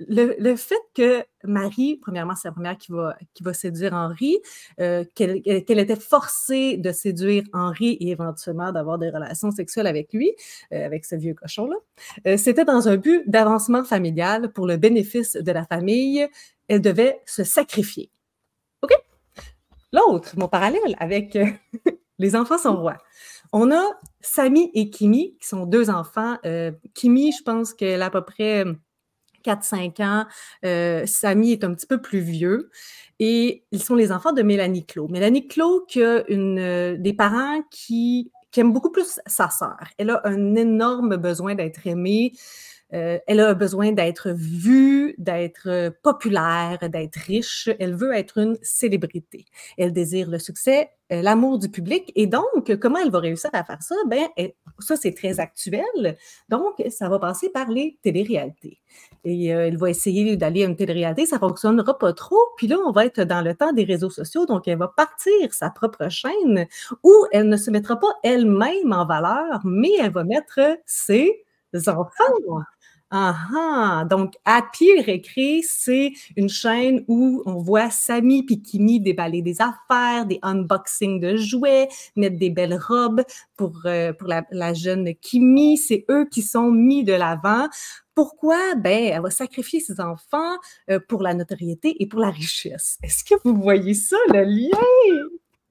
le, le fait que Marie, premièrement, c'est la première qui va, qui va séduire Henri, euh, qu'elle, qu'elle était forcée de séduire Henri et éventuellement d'avoir des relations sexuelles avec lui, euh, avec ce vieux cochon-là, euh, c'était dans un but d'avancement familial pour le bénéfice de la famille. Elle devait se sacrifier. OK? L'autre, mon parallèle avec euh, les enfants sont rois. On a Samy et Kimi, qui sont deux enfants. Euh, Kimi, je pense qu'elle a à peu près quatre cinq ans. Euh, Samy est un petit peu plus vieux. Et ils sont les enfants de Mélanie Clos. Mélanie Clos, qui a une, euh, des parents qui, qui aiment beaucoup plus sa sœur. Elle a un énorme besoin d'être aimée. Euh, elle a besoin d'être vue, d'être populaire, d'être riche. Elle veut être une célébrité. Elle désire le succès, euh, l'amour du public. Et donc, comment elle va réussir à faire ça? Ben, elle, ça, c'est très actuel. Donc, ça va passer par les téléréalités. Et euh, elle va essayer d'aller à une télé-réalité. Ça ne fonctionnera pas trop. Puis là, on va être dans le temps des réseaux sociaux. Donc, elle va partir sa propre chaîne où elle ne se mettra pas elle-même en valeur, mais elle va mettre ses enfants. Ah ah! Donc, Happy Récré, c'est une chaîne où on voit Samy et Kimi déballer des affaires, des unboxings de jouets, mettre des belles robes pour, euh, pour la, la jeune Kimi. C'est eux qui sont mis de l'avant. Pourquoi? Ben, elle va sacrifier ses enfants euh, pour la notoriété et pour la richesse. Est-ce que vous voyez ça, le lien?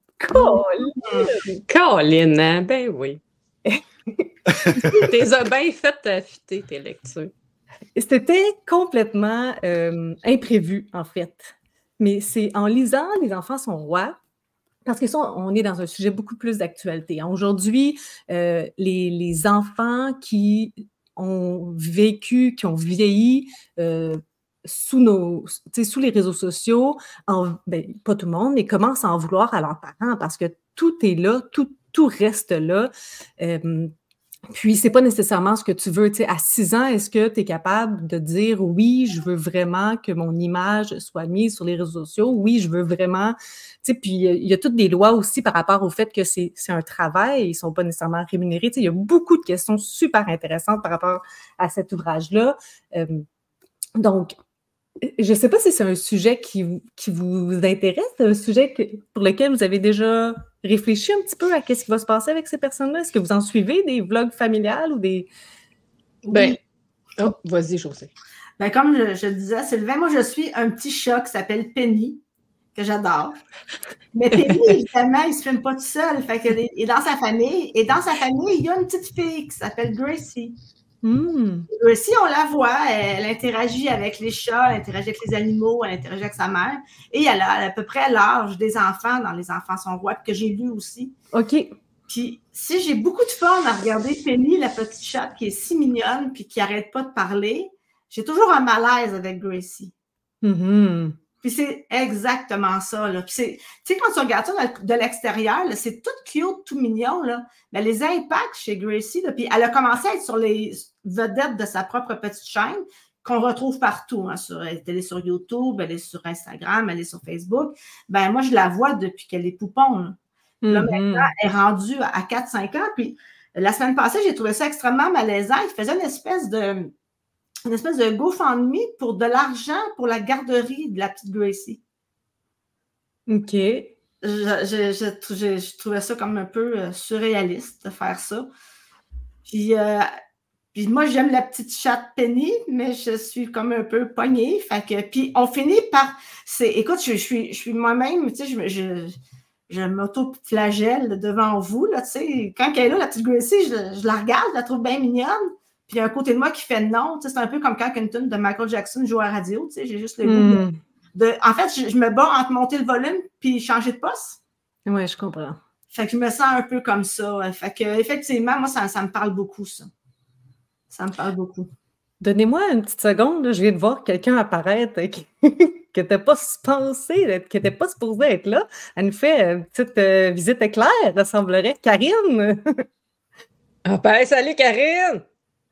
Colin! Colin, hein? Ben oui. T'es bien fait affûter tes lectures. C'était complètement euh, imprévu, en fait. Mais c'est en lisant Les enfants sont rois, parce que ça, on est dans un sujet beaucoup plus d'actualité. Aujourd'hui, euh, les, les enfants qui ont vécu, qui ont vieilli euh, sous, nos, sous les réseaux sociaux, en, ben, pas tout le monde, mais commencent à en vouloir à leurs parents parce que tout est là, tout, tout reste là. Euh, Puis, c'est pas nécessairement ce que tu veux. Tu sais, à six ans, est-ce que tu es capable de dire oui, je veux vraiment que mon image soit mise sur les réseaux sociaux? Oui, je veux vraiment. Tu sais, puis il y a toutes des lois aussi par rapport au fait que c'est, c'est un travail, ils sont pas nécessairement rémunérés. Tu sais, il y a beaucoup de questions super intéressantes par rapport à cet ouvrage-là. Euh, donc, je ne sais pas si c'est un sujet qui, qui vous intéresse, un sujet que, pour lequel vous avez déjà réfléchi un petit peu à ce qui va se passer avec ces personnes-là. Est-ce que vous en suivez des vlogs familiales ou des... Ben, oh, vas-y, Josée. Ben, comme je, je disais, Sylvain, moi, je suis un petit chat qui s'appelle Penny, que j'adore. Mais Penny, évidemment, il ne se filme pas tout seul. Fait que, il est dans sa famille. Et dans sa famille, il y a une petite fille qui s'appelle Gracie. Mm. Gracie, on la voit, elle, elle interagit avec les chats, elle interagit avec les animaux, elle interagit avec sa mère. Et elle a à peu près l'âge des enfants dans Les enfants sont rois, que j'ai lu aussi. OK. Puis, si j'ai beaucoup de fun à regarder Penny, la petite chatte qui est si mignonne puis qui n'arrête pas de parler, j'ai toujours un malaise avec Gracie. Mm-hmm. Puis c'est exactement ça. Là. Puis c'est, tu sais, quand tu regardes ça de l'extérieur, là, c'est tout cute, tout mignon. Là. Mais les impacts chez Gracie, là, puis elle a commencé à être sur les vedettes de sa propre petite chaîne qu'on retrouve partout. Hein, sur, elle est sur YouTube, elle est sur Instagram, elle est sur Facebook. Ben moi, je la vois depuis qu'elle est poupon. Là, mm-hmm. Là maintenant, elle est rendue à quatre cinq ans. Puis la semaine passée, j'ai trouvé ça extrêmement malaisant. Il faisait une espèce de... une espèce de GoFundMe pour de l'argent pour la garderie de la petite Gracie. OK. Je, je, je, je, je trouvais ça comme un peu surréaliste de faire ça. Puis, euh, puis moi, j'aime la petite chatte Penny, mais je suis comme un peu pognée. Fait que, puis on finit par... C'est, écoute, je, je, suis, je suis moi-même, tu sais, je, je, je m'auto-flagelle devant vous. Là, tu sais. Quand elle est là, la petite Gracie, je, je la regarde, je la trouve bien mignonne. Puis il y a un côté de moi qui fait non. C'est un peu comme quand une tune de Michael Jackson joue à la radio. J'ai juste le goût mm. de, de... En fait, je, je me bats entre monter le volume puis changer de poste. Oui, je comprends. Fait que je me sens un peu comme ça. Fait que, effectivement, moi, ça, ça me parle beaucoup, ça. Ça me parle beaucoup. Donnez-moi une petite seconde. Là, je viens de voir quelqu'un apparaître qui n'était pas pensé, qui n'était pas supposé être là. Elle nous fait une petite euh, visite éclair, ça semblerait. Karine! Ah ben, salut, Karine!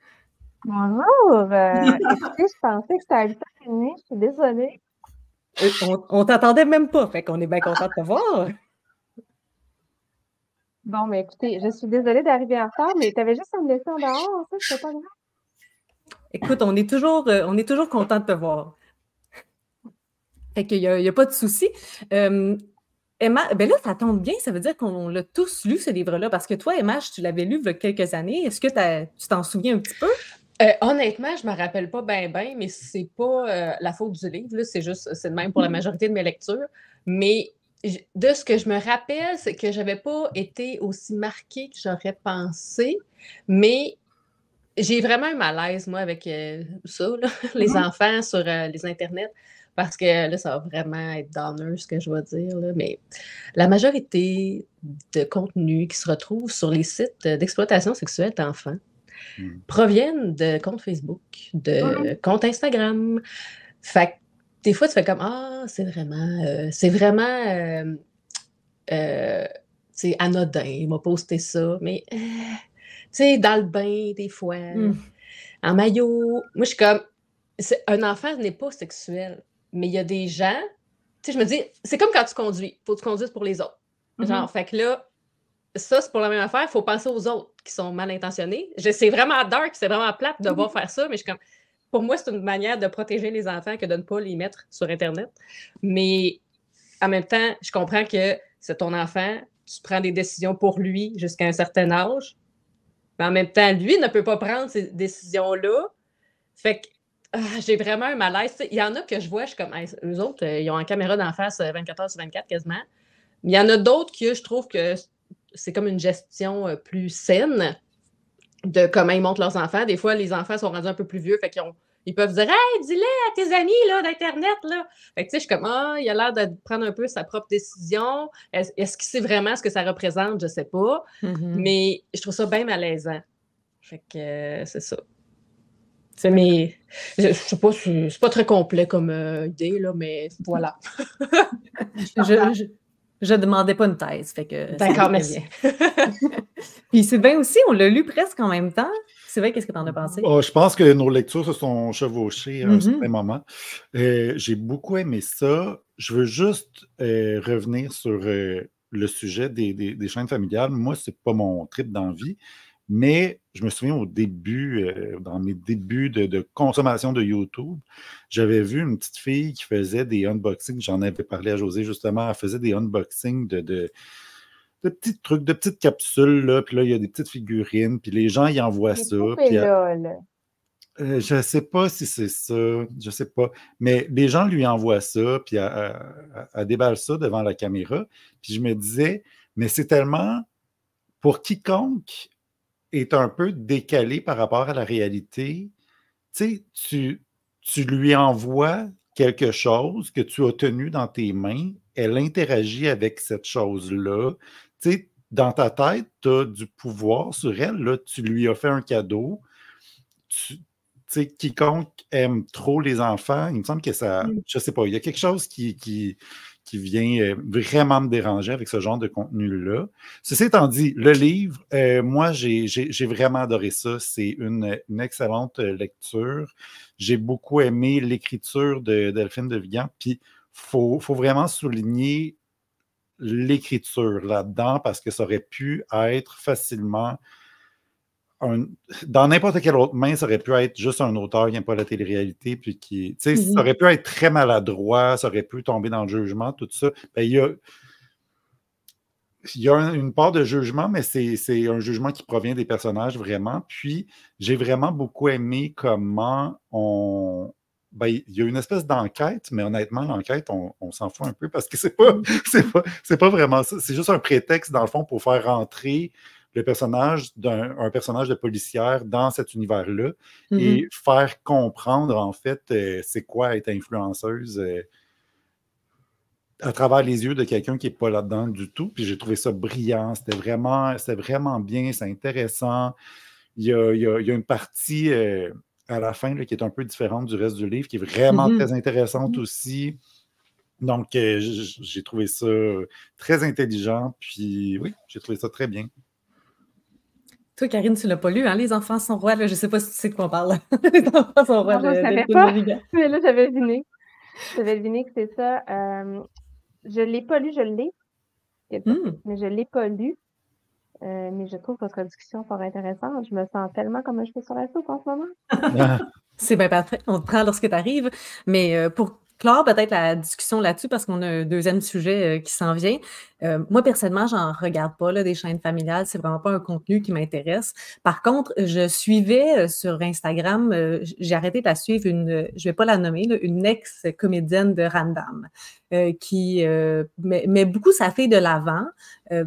Bonjour! Euh, écoutez, je pensais que c'était à huit heures trente, je suis désolée. Euh, on, on t'attendait même pas, fait qu'on est bien content de te voir. Bon, mais écoutez, je suis désolée d'arriver en retard, mais tu avais juste à me laisser en dehors, ça, c'était pas grave. Écoute, on est toujours, euh, on est toujours content de te voir. Fait qu'il n'y a, il y a pas de souci. Euh, Emma, ben là, ça tombe bien, ça veut dire qu'on l'a tous lu, ce livre-là, parce que toi, Emma, tu l'avais lu il y a quelques années. Est-ce que t'as- tu t'en souviens un petit peu? Euh, honnêtement, je ne me rappelle pas bien, bien, mais c'est pas euh, la faute du livre, là, c'est juste, c'est le même pour la majorité de mes lectures. Mais j- de ce que je me rappelle, c'est que je n'avais pas été aussi marquée que j'aurais pensé, mais j'ai vraiment un malaise, moi, avec euh, ça, là, les Mhm. enfants sur euh, les internets, parce que là, ça va vraiment être downer, ce que je vais dire, là, mais la majorité de contenus qui se retrouvent sur les sites d'exploitation sexuelle d'enfants Mm. proviennent de comptes Facebook, de Mhm. comptes Instagram. Fait que des fois, tu fais comme Ah, c'est vraiment, euh, c'est vraiment euh, euh, tu sais, anodin, il m'a posté ça, mais euh, tu sais, dans le bain, des fois, Hmm. en maillot. Moi, je suis comme c'est- un enfant n'est pas sexuel, mais il y a des gens, tu sais, je me dis, c'est comme quand tu conduis, faut que tu conduises pour les autres. Mhm. Genre, fait que là, ça, c'est pour la même affaire. Il faut penser aux autres qui sont mal intentionnés. Je- C'est vraiment dark, c'est vraiment plate de devoir faire ça, mais je suis comme, pour moi, c'est une manière de protéger les enfants que de ne pas les mettre sur Internet. Mais en même temps, je comprends que c'est ton enfant, tu prends des décisions pour lui jusqu'à un certain âge, mais en même temps, lui ne peut pas prendre ces décisions-là. Fait que ah, j'ai vraiment un malaise. Il y en a que je vois, je suis comme, hey, eux autres, euh, ils ont une caméra d'en face euh, vingt-quatre heures sur vingt-quatre quasiment. Mais il y en a d'autres que je trouve que c'est comme une gestion euh, plus saine de comment ils montrent leurs enfants. Des fois, les enfants sont rendus un peu plus vieux, fait qu'ils ont, ils peuvent dire Hey, dis-le à tes amis là, d'Internet. Là. Fait que tu sais, je suis comme Ah, il a l'air de prendre un peu sa propre décision. Est-ce, est-ce qu'il sait vraiment ce que ça représente? Je sais pas. Mhm. Mais je trouve ça bien malaisant. Fait que euh, c'est ça. C'est mes. Je, je sais pas, c'est, c'est pas très complet comme euh, idée, là, mais voilà. Je, je, je demandais pas une thèse, fait que ça D'accord, va très merci. bien. Puis Sylvain aussi, on l'a lu presque en même temps. Sylvain, qu'est-ce que t'en as pensé? Oh, je pense que nos lectures se sont chevauchées à un Mhm. certain moment. Euh, j'ai beaucoup aimé ça. Je veux juste euh, revenir sur euh, le sujet des, des- des chaînes familiales. Moi, c'est pas mon trip d'envie, mais je me souviens au début, euh, dans mes débuts de, de consommation de YouTube, j'avais vu une petite fille qui faisait des unboxings. J'en avais parlé à José justement. Elle faisait des unboxings de, de, de petits trucs, de petites capsules, là, puis là, il y a des petites figurines, puis les gens, ils envoient Les ça, poupées puis là, là. euh, je ne sais pas si c'est ça, je sais pas, mais les gens lui envoient ça, puis elle, elle- elle déballe ça devant la caméra, puis je me disais, mais c'est tellement, pour quiconque est un peu décalé par rapport à la réalité, tu sais, tu, tu lui envoies quelque chose que tu as tenu dans tes mains, elle interagit avec cette chose-là. Tu sais, dans ta tête, tu as du pouvoir sur elle, là, tu lui as fait un cadeau. Tu sais, quiconque aime trop les enfants, il me semble que ça, Mm. je sais pas, il y a quelque chose qui, qui, qui vient euh, vraiment me déranger avec ce genre de contenu-là. Ceci étant dit, le livre, euh, moi, j'ai j'ai- j'ai vraiment adoré ça. C'est une, une excellente euh, lecture. J'ai beaucoup aimé l'écriture de Delphine de Vigan. Puis, il faut, faut vraiment souligner l'écriture là-dedans parce que ça aurait pu être facilement un- dans n'importe quelle autre main, ça aurait pu être juste un auteur qui n'aime pas la télé-réalité, puis qui, tu sais, ça Mhm. aurait pu être très maladroit, ça aurait pu tomber dans le jugement, tout ça. Ben, il y a, il y a un- une part de jugement, mais c'est c'est un jugement qui provient des personnages vraiment. Puis, j'ai vraiment beaucoup aimé comment on. Ben, il y a une espèce d'enquête, mais honnêtement, l'enquête, on, on s'en fout un peu parce que c'est pas, Mhm. c'est pas, c'est pas vraiment ça. C'est juste un prétexte, dans le fond, pour faire rentrer le personnage d'un un personnage de policière dans cet univers-là et Mhm. faire comprendre, en fait, euh, c'est quoi être influenceuse euh, à travers les yeux de quelqu'un qui n'est pas là-dedans du tout. Puis j'ai trouvé ça brillant. C'était vraiment, c'était vraiment bien, c'est intéressant. Il y a, il y a, il y a une partie euh, à la fin là, qui est un peu différente du reste du livre, qui est vraiment Mhm. très intéressante Mhm. aussi. Donc, euh, j- j'ai trouvé ça très intelligent. Puis oui, j'ai trouvé ça très bien. Toi, Karine, tu l'as pas lu, hein? Les enfants sont rois, là. Je sais pas si tu sais de quoi on parle. Les enfants sont rois Non, je ne de savais Delphine pas, de Vigan. mais là, j'avais deviné. J'avais deviné que c'est ça. Euh, je ne l'ai pas lu, je l'ai, quelque part, Hmm. mais je ne l'ai pas lu. euh, mais je trouve votre discussion fort intéressante. Je me sens tellement comme un cheveu sur la soupe en ce moment. C'est bien parfait. On te prend lorsque tu arrives. Mais euh, pour clore peut-être la discussion là-dessus, parce qu'on a un deuxième sujet euh, qui s'en vient, euh, moi, personnellement, j'en regarde pas là, des chaînes familiales. C'est vraiment pas un contenu qui m'intéresse. Par contre, je suivais euh, sur Instagram, euh, j'ai arrêté de la suivre, une, je vais pas la nommer, là, une ex-comédienne de Random euh, qui euh, met, met beaucoup sa fille de l'avant. Euh,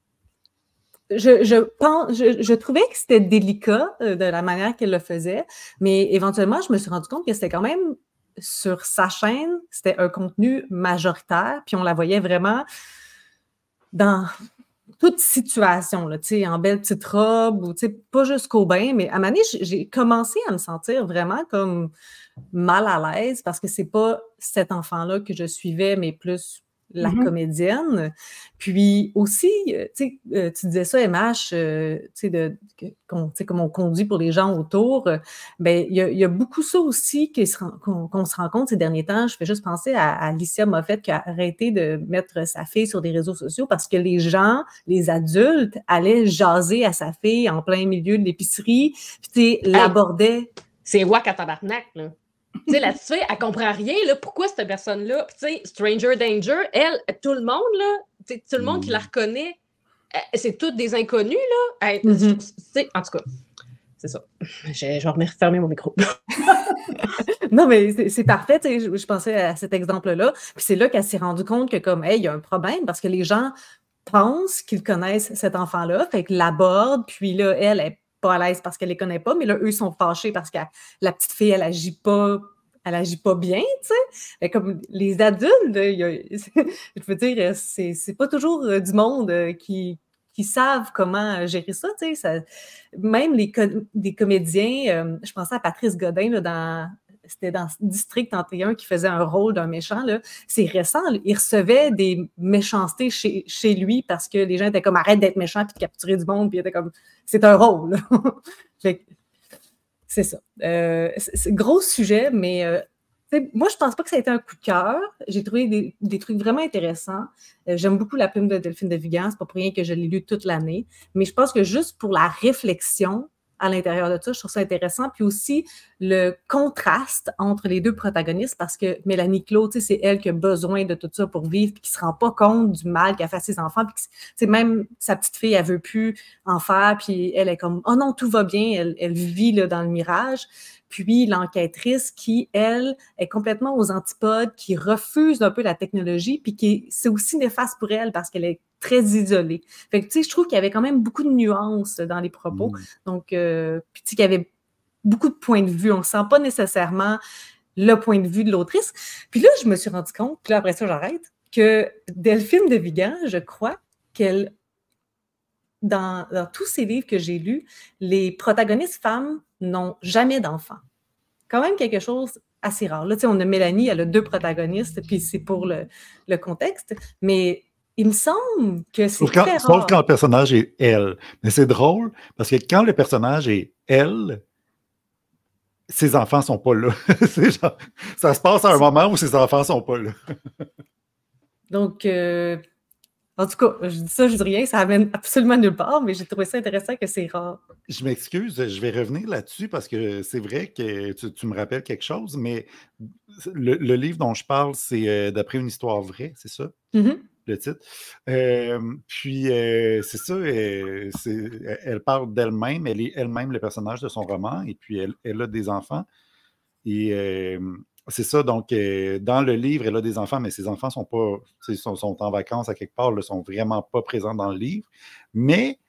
Je, je, pense, je, je trouvais que c'était délicat euh, de la manière qu'elle le faisait, mais éventuellement, je me suis rendu compte que c'était quand même sur sa chaîne, c'était un contenu majoritaire, puis on la voyait vraiment dans toute situation, là, tu sais, en belle petite robe, ou tu sais, pas jusqu'au bain, mais à un moment donné, j'ai- j'ai commencé à me sentir vraiment comme mal à l'aise parce que c'est pas cet enfant-là que je suivais, mais plus la Mhm. comédienne. Puis aussi, euh, tu sais, euh, tu disais ça, M H, euh, tu sais, de, que- qu'on- tu sais, comme on conduit pour les gens autour, euh, ben, il y a, il y a beaucoup ça aussi qui se rend- qu'on qu'on se rend compte ces derniers temps. Je fais juste penser à, à Alicia Moffett qui a arrêté de mettre sa fille sur des réseaux sociaux parce que les gens, les adultes, allaient jaser à sa fille en plein milieu de l'épicerie, puis tu sais, l'abordaient. C'est wack à tabarnak, là. Tu sais, la petite fille, elle comprend rien, là. Pourquoi cette personne-là? Puis, tu sais, Stranger Danger, elle, tout le monde, là, tu sais, tout le monde qui la reconnaît, euh, c'est tous des inconnus, là. Elle, Mhm. tu sais, en tout cas, c'est ça. Je, je vais refermer mon micro. Non, mais c'est c'est parfait, tu sais, je, je pensais à cet exemple-là. Puis c'est là qu'elle s'est rendue compte que, comme, hey, il y a un problème parce que les gens pensent qu'ils connaissent cet enfant-là, fait que l'abordent, puis là, elle est pas à l'aise parce qu'elle les connaît pas, mais là, eux sont fâchés parce que la petite fille, elle agit pas, elle agit pas bien, tu sais. Fait comme les adultes, là, il y a- je veux dire, c'est c'est pas toujours euh, du monde euh, qui qui savent comment gérer ça, tu sais. Ça- même les co- des comédiens, euh, je pensais à Patrice Godin là, dans c'était dans District trente et un qui faisait un rôle d'un méchant. Là. C'est récent. Là. Il recevait des méchancetés chez, chez lui parce que les gens étaient comme arrête d'être méchant puis de capturer du monde. Puis il était comme c'est un rôle. Là. Fait que, c'est ça. Euh, c'est, c'est gros sujet, mais euh, tu sais, moi, je pense pas que ça a été un coup de cœur. J'ai trouvé des, des trucs vraiment intéressants. Euh, j'aime beaucoup La plume de Delphine de Vigan. C'est pas pour rien que je l'ai lu toute l'année. Mais je pense que juste pour la réflexion à l'intérieur de ça, je trouve ça intéressant. Puis aussi, le contraste entre les deux protagonistes, parce que Mélanie Claude, tu sais, c'est elle qui a besoin de tout ça pour vivre, puis qui se rend pas compte du mal qu'elle fait à ses enfants. Puis, tu sais, même sa petite fille, elle veut plus en faire, puis elle est comme, oh non, tout va bien, elle, elle vit là, dans le mirage. Puis l'enquêtrice qui, elle, est complètement aux antipodes, qui refuse un peu la technologie, puis qui c'est aussi néfaste pour elle parce qu'elle est très isolée. Fait que, tu sais, je trouve qu'il y avait quand même beaucoup de nuances dans les propos. Mm. Donc, euh, puis tu sais, qu'il y avait beaucoup de points de vue. On ne sent pas nécessairement le point de vue de l'autrice. Puis là, je me suis rendu compte, puis là, après ça, j'arrête, que Delphine de Vigan, je crois qu'elle, dans, dans tous ces livres que j'ai lus, les protagonistes femmes n'ont jamais d'enfants. Quand même quelque chose assez rare. Là, tu sais, on a Mélanie, elle a deux protagonistes, puis c'est pour le, le contexte, mais il me semble que c'est Sauf quand, très sauf rare. quand le personnage est elle. Mais c'est drôle parce que quand le personnage est elle, ses enfants sont pas là. C'est genre, ça se passe à un C'est- moment où ses enfants sont pas là. Donc, euh, en tout cas, je dis ça, je dis rien, ça amène absolument nulle part, mais j'ai trouvé ça intéressant que c'est rare. Je m'excuse, je vais revenir là-dessus parce que c'est vrai que tu, tu me rappelles quelque chose, mais le, le livre dont je parle, c'est euh, d'après une histoire vraie, c'est ça, Mhm. le titre. Euh, puis euh, c'est ça, euh, c'est- elle parle d'elle-même, elle est elle-même le personnage de son roman, et puis elle, elle a des enfants. Et euh, c'est ça, donc euh, dans le livre, elle a des enfants, mais ses enfants sont pas, tu sais, sont, sont en vacances à quelque part, ne sont vraiment pas présents dans le livre. Mais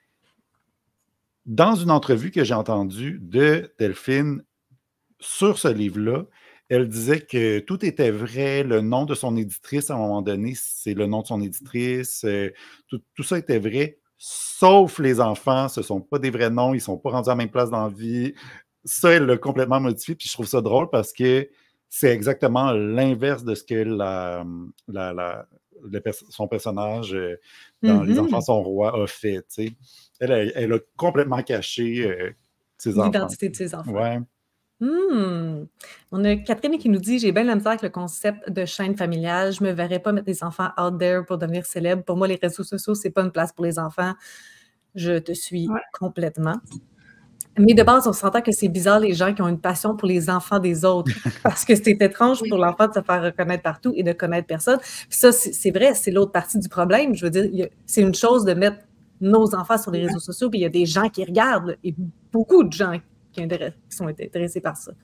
dans une entrevue que j'ai entendue de Delphine sur ce livre-là, elle disait que tout était vrai, le nom de son éditrice, à un moment donné, c'est le nom de son éditrice, euh, tout, tout ça était vrai, sauf les enfants, ce ne sont pas des vrais noms, ils ne sont pas rendus à la même place dans la vie. Ça, elle l'a complètement modifié, puis je trouve ça drôle parce que c'est exactement l'inverse de ce que la, la, la, le pers- son personnage euh, dans Les enfants Mhm. sont rois a fait. Tu sais. Elle, elle, elle a complètement caché euh, ses enfants. L'identité de ses enfants. Ouais. Hmm. On a Catherine qui nous dit « J'ai bien la misère avec le concept de chaîne familiale. Je me verrais pas mettre des enfants out there pour devenir célèbres. Pour moi, les réseaux sociaux, c'est pas une place pour les enfants. » Je te suis Ouais. complètement. Mais de base, on s'entend que c'est bizarre les gens qui ont une passion pour les enfants des autres parce que c'est étrange pour l'enfant de se faire reconnaître partout et de connaître personne. Puis ça, c'est c'est vrai, c'est l'autre partie du problème. Je veux dire, il y a- c'est une chose de mettre nos enfants sur les réseaux sociaux, puis il y a des gens qui regardent et beaucoup de gens qui, intéressent- qui sont intéressés par ça.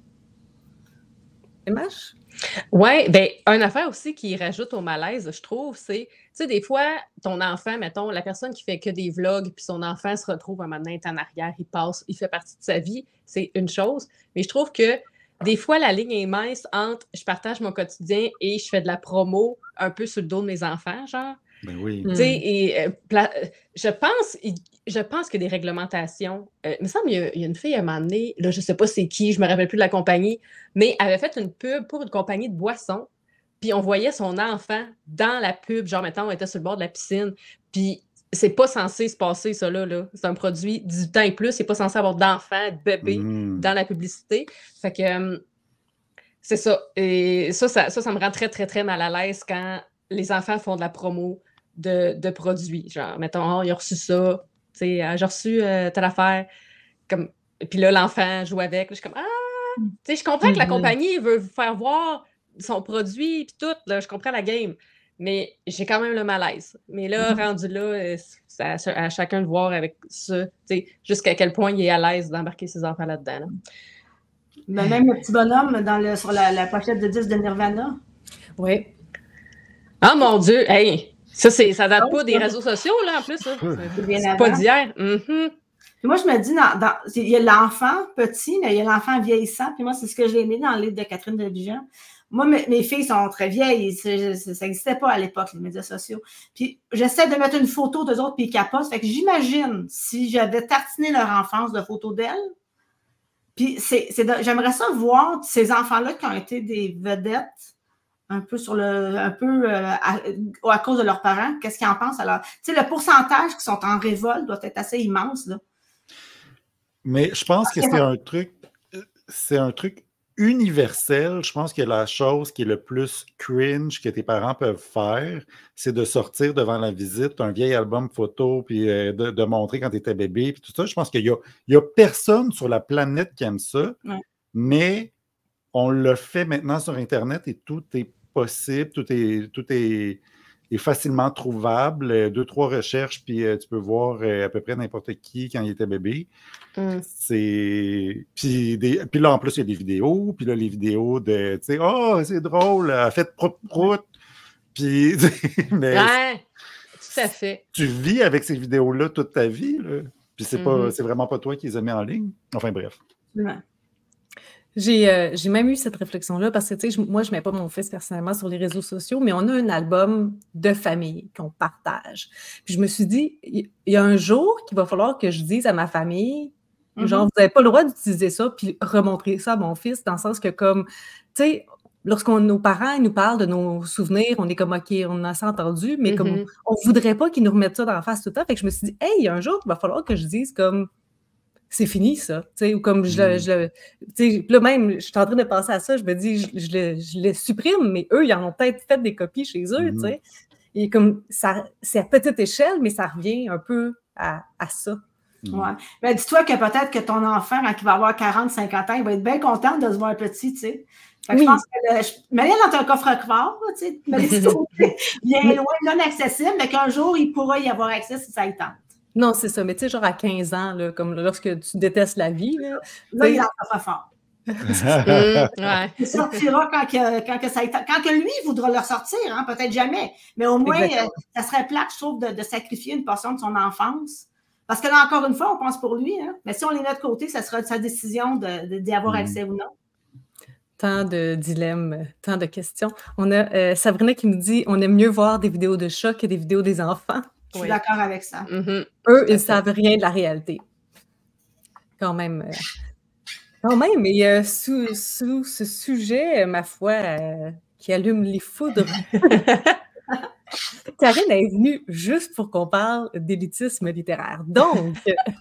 M H? Oui, bien, une affaire aussi qui rajoute au malaise, je trouve, c'est, tu sais, des fois, ton enfant, mettons, la personne qui fait que des vlogs, puis son enfant se retrouve un moment donné, est en arrière, il passe, il fait partie de sa vie, c'est une chose. Mais je trouve que des fois, la ligne est mince entre je partage mon quotidien et je fais de la promo un peu sur le dos de mes enfants, genre. Ben oui. Tu sais, et euh, pla- euh, je pense, il- je pense qu'il y a des réglementations. Euh, il me semble qu'il y a, il y a une fille à un moment donné, là, je ne sais pas c'est qui, je ne me rappelle plus de la compagnie, mais elle avait fait une pub pour une compagnie de boissons, puis on voyait son enfant dans la pub, genre, mettons, on était sur le bord de la piscine, puis c'est pas censé se passer, ça, là. là. C'est un produit dix-huit ans et plus, c'est pas censé avoir d'enfants, de bébés Mm. dans la publicité. Fait que euh, c'est ça. Et ça ça, ça, ça me rend très, très, très mal à l'aise quand les enfants font de la promo de, de produits. Genre, mettons, oh, il a reçu ça, tu sais, ah, j'ai reçu euh, telle affaire. Comme... Puis là, l'enfant joue avec. Je suis comme, ah! Tu sais, je comprends que la Mhm. compagnie veut vous faire voir son produit, puis tout, là, je comprends la game. Mais j'ai quand même le malaise. Mais là, rendu là, euh, c'est à, à chacun de voir avec ça, tu sais, jusqu'à quel point il est à l'aise d'embarquer ses enfants là-dedans. Là. Mais même le petit bonhomme dans le, sur la, la pochette de disque de Nirvana. Oui. Ah mon Dieu! Hey! Ça, c'est, ça date pas des réseaux sociaux, là, en plus. Ça. C'est bien C'est pas avant. d'hier. Mhm. Puis moi, je me dis, dans, dans, il y a l'enfant petit, mais il y a l'enfant vieillissant. Puis moi, c'est ce que j'ai aimé dans le livre de Catherine de Dijon. Moi, mes, mes filles sont très vieilles. Ça n'existait pas à l'époque, les médias sociaux. Puis j'essaie de mettre une photo d'eux autres, puis ils capotent. Fait que j'imagine si j'avais tartiné leur enfance de photos d'elles. Puis c'est, c'est de, j'aimerais ça voir ces enfants-là qui ont été des vedettes un peu sur le, un peu euh, à, à cause de leurs parents. Qu'est-ce qu'ils en pensent alors? Tu sais, le pourcentage qui sont en révolte doit être assez immense, là. Mais je pense que c'est un truc, c'est un truc universel. Je pense que la chose qui est le plus cringe que tes parents peuvent faire, c'est de sortir devant la visite un vieil album photo, puis euh, de, de montrer quand tu étais bébé, puis tout ça. Je pense qu'il y a, il y a personne sur la planète qui aime ça, Ouais. mais on le fait maintenant sur Internet et tout est possible, tout est, tout est, est facilement trouvable. Deux, trois recherches, puis euh, tu peux voir euh, à peu près n'importe qui quand il était bébé. Mm. C'est. Puis, des... puis là, en plus, il y a des vidéos, puis là, les vidéos de, tu sais, oh, c'est drôle, elle a fait prout-prout. Puis, mais Ouais, tout à fait. tu vis avec ces vidéos-là toute ta vie, là. Puis c'est, pas, Mhm. c'est vraiment pas toi qui les as mis en ligne. Enfin, bref. Ouais. J'ai euh, j'ai même eu cette réflexion-là parce que, tu sais, je- moi, je ne mets pas mon fils personnellement sur les réseaux sociaux, mais on a un album de famille qu'on partage. Puis je me suis dit, il il y a un jour qu'il va falloir que je dise à ma famille, Mhm. genre, vous n'avez pas le droit d'utiliser ça, puis remontrer ça à mon fils, dans le sens que, comme, tu sais, lorsqu'on nos parents ils nous parlent de nos souvenirs, on est comme, OK, on a ça entendu, mais comme, Mhm. on ne voudrait pas qu'ils nous remettent ça dans la face tout le temps. Fait que je me suis dit, hey, il y a un jour, il va falloir que je dise, comme, c'est fini, ça. Tu sais, ou comme je le. Mm. Je le tu sais, là, même, je suis en train de penser à ça, je me dis, je, je le, je le supprime, mais eux, ils en ont peut-être fait des copies chez eux, Mhm. tu sais. Et comme, ça, c'est à petite échelle, mais ça revient un peu à, à ça. Mhm. Ouais. Mais dis-toi que peut-être que ton enfant, quand il va avoir quarante, cinquante ans, il va être bien content de se voir petit, tu sais. Fait que Oui. je pense que le, je, mets-le dans un coffre-fort, tu sais, mets-le sur le côté, bien Mais- loin, non accessible, mais qu'un jour, il pourra y avoir accès si ça y tente. Non, c'est ça. Mais tu sais, genre à quinze ans, là, comme lorsque tu détestes la vie, là, Là, tu il est sais, dans le coffre-fort. Mm, ouais. Il sortira quand que, quand que ça y tente. Quand que lui voudra le ressortir, hein, peut-être jamais. Mais au moins, Exactement. euh, ça serait plate, je trouve, de, de sacrifier une portion de son enfance. Parce que là, encore une fois, on pense pour lui, hein. Mais si on les met de côté, ça sera sa décision de, de, d'y avoir Mhm. accès ou non. tant de dilemmes, tant de questions. On a euh, Sabrina qui nous dit on aime mieux voir des vidéos de chats que des vidéos des enfants. Je suis Oui. d'accord avec ça. Mhm. Eux, Tout à ils ne fait. savent rien de la réalité. Quand même. euh, Quand même, mais euh, sous, sous ce sujet, euh, ma foi, euh, qui allume les foudres. Karine est venue juste pour qu'on parle d'élitisme littéraire. Donc,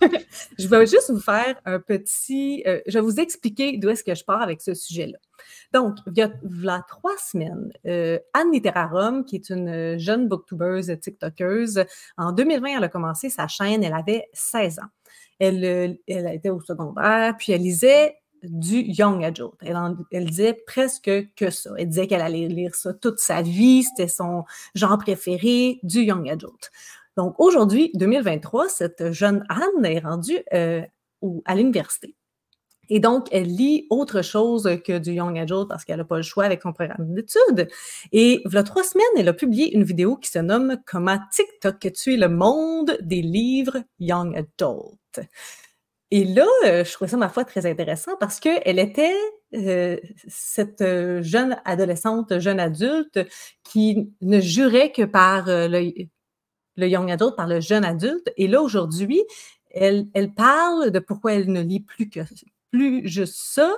je vais juste vous faire un petit... Euh, je vais vous expliquer d'où est-ce que je pars avec ce sujet-là. Donc, il y a, il y a trois semaines, euh, Anne Literarum, qui est une jeune booktubeuse, tiktokeuse, en deux mille vingt, elle a commencé sa chaîne, elle avait seize ans. Elle, elle était au secondaire, puis elle lisait du young adult. Elle, en, elle disait presque que ça. Elle disait qu'elle allait lire ça toute sa vie, c'était son genre préféré, du young adult. Donc, aujourd'hui, deux mille vingt-trois, cette jeune Anne est rendue euh, au, à l'université. Et donc, elle lit autre chose que du young adult parce qu'elle n'a pas le choix avec son programme d'études. Et il y a trois semaines, elle a publié une vidéo qui se nomme « Comment TikTok a tué le monde des livres young adult ». Et là, euh, je trouvais ça, ma foi, très intéressant parce qu'elle était euh, cette jeune adolescente, jeune adulte qui ne jurait que par euh, le, le young adult, par le jeune adulte. Et là, aujourd'hui, elle, elle parle de pourquoi elle ne lit plus que plus juste ça.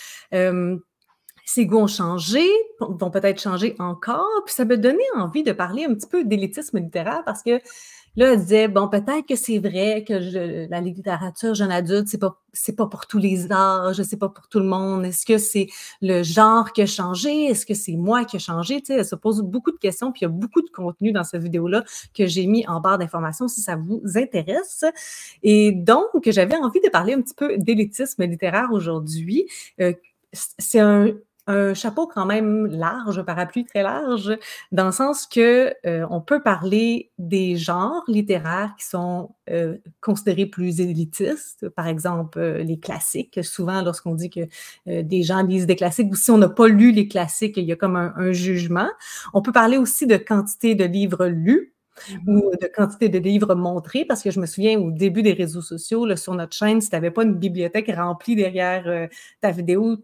Euh, ses goûts ont changé, vont peut-être changer encore. Puis ça me donnait envie de parler un petit peu d'élitisme littéraire parce que là, elle disait, bon, peut-être que c'est vrai que je, la littérature jeune adulte, c'est pas, c'est pas pour tous les âges, c'est pas pour tout le monde. Est-ce que c'est le genre qui a changé? Est-ce que c'est moi qui a changé? Tu sais, elle se pose beaucoup de questions, puis il y a beaucoup de contenu dans cette vidéo-là que j'ai mis en barre d'informations si ça vous intéresse. Et donc, j'avais envie de parler un petit peu d'élitisme littéraire aujourd'hui. Euh, c'est un... un chapeau quand même large, un parapluie très large, dans le sens que euh, on peut parler des genres littéraires qui sont euh, considérés plus élitistes, par exemple euh, les classiques. Souvent, lorsqu'on dit que euh, des gens lisent des classiques, ou si on n'a pas lu les classiques, il y a comme un, un jugement. On peut parler aussi de quantité de livres lus, Mm-hmm. ou de quantité de livres montrés, parce que je me souviens au début des réseaux sociaux, là, sur notre chaîne, si tu n'avais pas une bibliothèque remplie derrière euh, ta vidéo,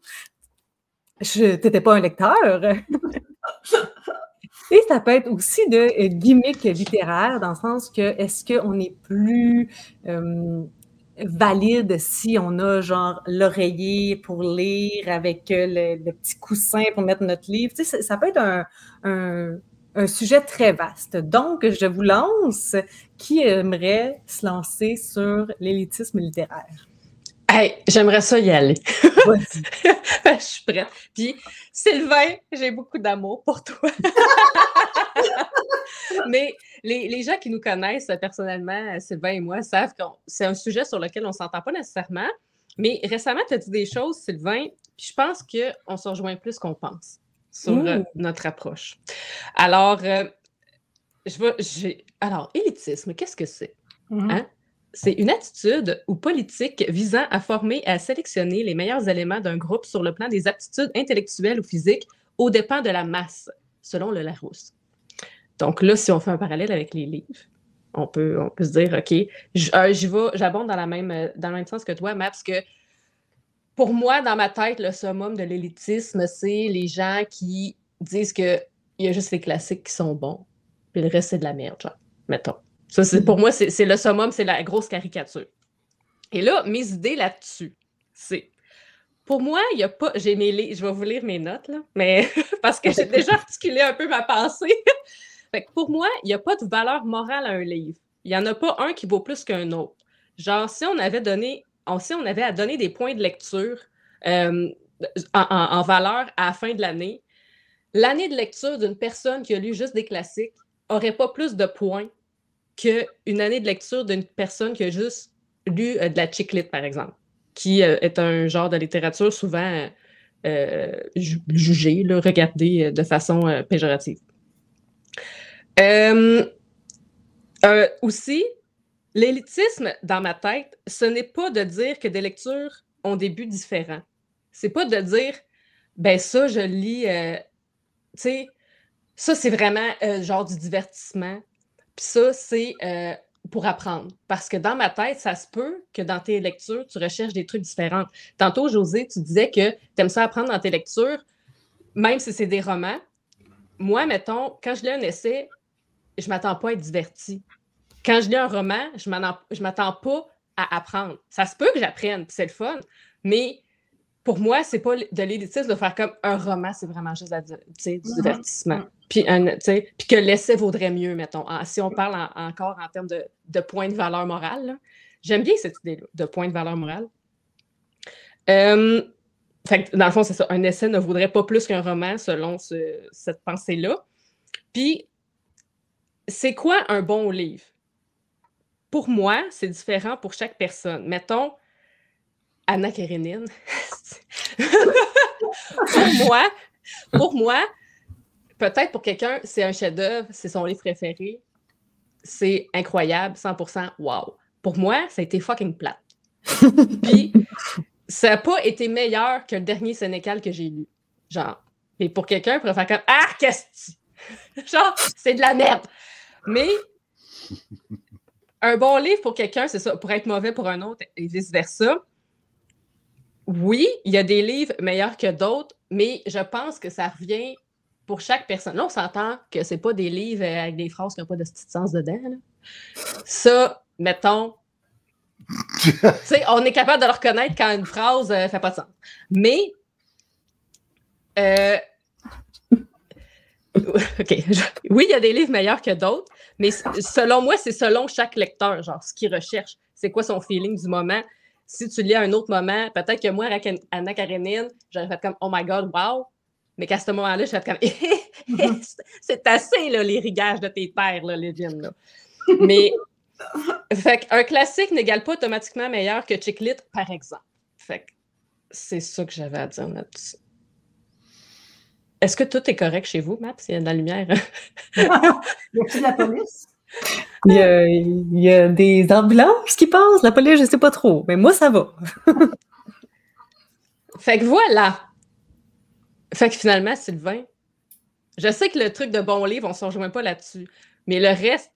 tu n'étais pas un lecteur. Et ça peut être aussi de euh, gimmicks littéraires, dans le sens que est-ce qu'on est plus euh, valide si on a genre l'oreiller pour lire avec le, le petit coussin pour mettre notre livre? Tu sais, ça, ça peut être un, un, un sujet très vaste. Donc, je vous lance. Qui aimerait se lancer sur l'élitisme littéraire? Hey, j'aimerais ça y aller. Je suis prête. Puis, Sylvain, j'ai beaucoup d'amour pour toi. Mais les, les gens qui nous connaissent personnellement, Sylvain et moi, savent que c'est un sujet sur lequel on ne s'entend pas nécessairement. Mais récemment, tu as dit des choses, Sylvain, puis je pense qu'on se rejoint plus qu'on pense sur mmh. euh, notre approche. Alors, euh, je vais, j'ai... Alors, élitisme, qu'est-ce que c'est? Mmh. Hein? C'est une attitude ou politique visant à former et à sélectionner les meilleurs éléments d'un groupe sur le plan des aptitudes intellectuelles ou physiques aux dépens de la masse, selon le Larousse. Donc là, si on fait un parallèle avec les livres, on peut, on peut se dire, OK, j'y vais, j'abonde dans, la même, dans le même sens que toi, Matt, parce que pour moi, dans ma tête, le summum de l'élitisme, c'est les gens qui disent qu'il y a juste les classiques qui sont bons, puis le reste, c'est de la merde, genre, mettons. Ça, c'est, pour moi, c'est, c'est le summum, c'est la grosse caricature. Et là, mes idées là-dessus, c'est... Pour moi, il n'y a pas... J'ai mes li- Je vais vous lire mes notes, là, mais parce que j'ai déjà articulé un peu ma pensée. Fait que pour moi, il n'y a pas de valeur morale à un livre. Il n'y en a pas un qui vaut plus qu'un autre. Genre, si on avait donné... On, si on avait à donner des points de lecture euh, en, en, en valeur à la fin de l'année, l'année de lecture d'une personne qui a lu juste des classiques n'aurait pas plus de points qu'une année de lecture d'une personne qui a juste lu euh, de la chick lit, par exemple, qui euh, est un genre de littérature souvent euh, ju- jugée, là, regardée de façon euh, péjorative. Euh, euh, aussi, l'élitisme, dans ma tête, ce n'est pas de dire que des lectures ont des buts différents. C'est pas de dire, ben ça, je lis, euh, tu sais, ça, c'est vraiment euh, genre du divertissement. Puis ça, c'est euh, pour apprendre. Parce que dans ma tête, ça se peut que dans tes lectures, tu recherches des trucs différents. Tantôt, José, tu disais que tu aimes ça apprendre dans tes lectures, même si c'est des romans. Moi, mettons, quand je lis un essai, je ne m'attends pas à être divertie. Quand je lis un roman, je ne m'attends pas à apprendre. Ça se peut que j'apprenne, puis c'est le fun, mais pour moi, c'est pas de l'élitisme de faire comme un roman, c'est vraiment juste du Mhm. divertissement. Mhm. Puis, un, puis que l'essai vaudrait mieux, mettons. En, si on parle en, encore en termes de, de point de valeur morale, là. J'aime bien cette idée-là, de point de valeur morale. Euh, fait que, dans le fond, c'est ça. Un essai ne vaudrait pas plus qu'un roman, selon ce, cette pensée-là. Puis, c'est quoi un bon livre? Pour moi, c'est différent pour chaque personne. Mettons, Anna Karénine. pour moi, pour moi, peut-être pour quelqu'un, c'est un chef-d'œuvre, c'est son livre préféré. C'est incroyable, cent pour cent, wow. Pour moi, ça a été fucking plate. Puis, ça n'a pas été meilleur que le dernier Sénécal que j'ai lu. Genre. Et pour quelqu'un, il pourrait faire comme « Ah, qu'est-ce que genre, c'est de la merde! » Mais un bon livre pour quelqu'un, c'est ça, pour être mauvais pour un autre et vice-versa. Oui, il y a des livres meilleurs que d'autres, mais je pense que ça revient pour chaque personne. Là, on s'entend que c'est pas des livres avec des phrases qui n'ont pas de petit sens dedans. Là. Ça, mettons, tu sais, on est capable de le reconnaître quand une phrase ne euh, fait pas de sens. Mais, euh, OK, oui, il y a des livres meilleurs que d'autres, mais selon moi, c'est selon chaque lecteur, genre, ce qu'il recherche. C'est quoi son feeling du moment? Si tu lis à un autre moment, peut-être que moi, avec Anna Karénine, j'aurais fait comme « Oh my God, wow! » Mais qu'à ce moment-là, je fait comme « C'est assez, là, les rigages de tes pères, là, les jeans, là. » Mais, fait un classique n'égale pas automatiquement meilleur que Chick Lit, par exemple. Fait que c'est ça que j'avais à dire là-dessus. Est-ce que tout est correct chez vous, Matt, s'il y a de la lumière? Y a-t-il de la police? Il y, a, il y a des ambulances qui passent, la police, je sais pas trop, mais moi, ça va. Fait que voilà. Fait que finalement, Sylvain, je sais que le truc de bon livre, on ne se rejoint pas là-dessus, mais le reste,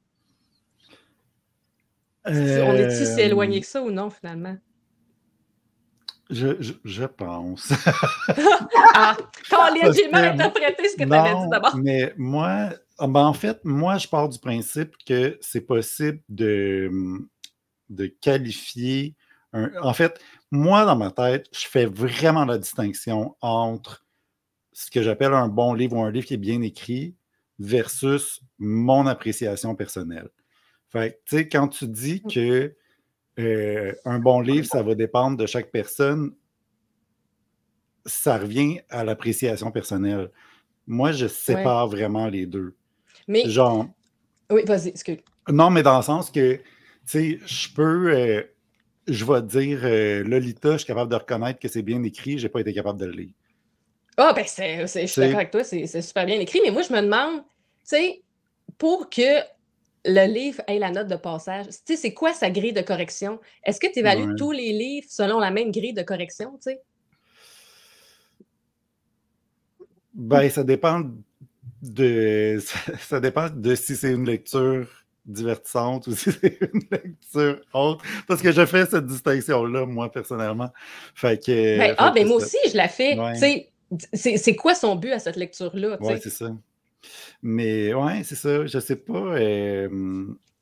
euh... on est-tu si éloigné que ça ou non, finalement? Je, je, je pense. Ah, Colin, j'ai mal interprété ce que tu avais dit d'abord. Mais moi, ben en fait, moi, je pars du principe que c'est possible de, de qualifier un... En fait, moi, dans ma tête, je fais vraiment la distinction entre ce que j'appelle un bon livre ou un livre qui est bien écrit versus mon appréciation personnelle. Fait que, tu sais, quand tu dis que Euh, un bon livre, ça va dépendre de chaque personne. Ça revient à l'appréciation personnelle. Moi, je sépare ouais. vraiment les deux. Mais... Genre... Oui, vas-y, excuse. Non, mais dans le sens que, tu sais, je peux... Euh, je vais dire, euh, Lolita, je suis capable de reconnaître que c'est bien écrit, j'ai pas été capable de le lire. Ah, oh, ben, c'est, c'est, je suis d'accord avec toi, c'est, c'est super bien écrit, mais moi, je me demande, tu sais, pour que le livre ait la note de passage. Tu sais, c'est quoi sa grille de correction? Est-ce que tu évalues ouais. tous les livres selon la même grille de correction, tu sais? Ben, ça dépend de... Ça, ça dépend de si c'est une lecture divertissante ou si c'est une lecture autre. Parce que je fais cette distinction-là, moi, personnellement. Fait que... Ben, fait ah, ben que moi ça. aussi, je la fais. Ouais. Tu sais, c'est, c'est quoi son but à cette lecture-là? Oui, c'est ça. Mais ouais, c'est ça. Je sais pas. Euh,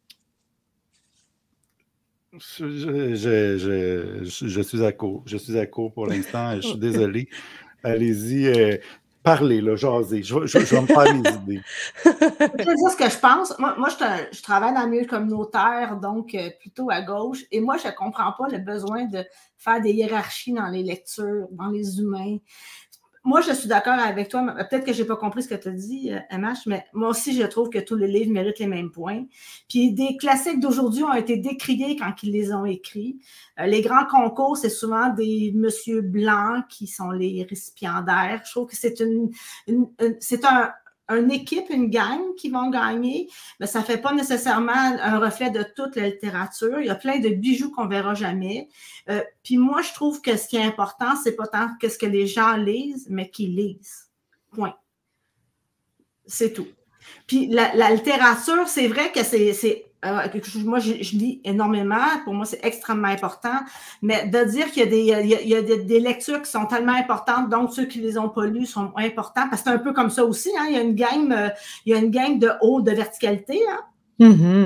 je, je, je, je, je suis à court. Je suis à court pour l'instant. Je suis désolé. Allez-y, euh, parlez, là, jasez. Je, je, je vais me faire mes idées. Je vais dire ce que je pense. Moi, moi je, je travaille dans le milieu communautaire, donc euh, plutôt à gauche. Et moi, je ne comprends pas le besoin de faire des hiérarchies dans les lectures, dans les humains. Moi, je suis d'accord avec toi. Peut-être que je n'ai pas compris ce que tu as dit, M H, mais moi aussi, je trouve que tous les livres méritent les mêmes points. Puis des classiques d'aujourd'hui ont été décriés quand ils les ont écrits. Euh, les grands concours, c'est souvent des messieurs blancs qui sont les récipiendaires. Je trouve que c'est une, une, une c'est un... une équipe, une gang qui vont gagner, mais ça ne fait pas nécessairement un reflet de toute la littérature. Il y a plein de bijoux qu'on ne verra jamais. Euh, puis moi, je trouve que ce qui est important, ce n'est pas tant qu'est-ce que les gens lisent, mais qu'ils lisent. Point. C'est tout. Puis la, la littérature, c'est vrai que c'est... c'est euh, moi, je, je lis énormément. Pour moi, c'est extrêmement important. Mais de dire qu'il y a des, il y a, il y a des, des lectures qui sont tellement importantes, donc ceux qui ne les ont pas lues sont importants. Parce que c'est un peu comme ça aussi. Hein, il y a une gang, euh, il y a une gang de haut de verticalité. Hein. Mm-hmm.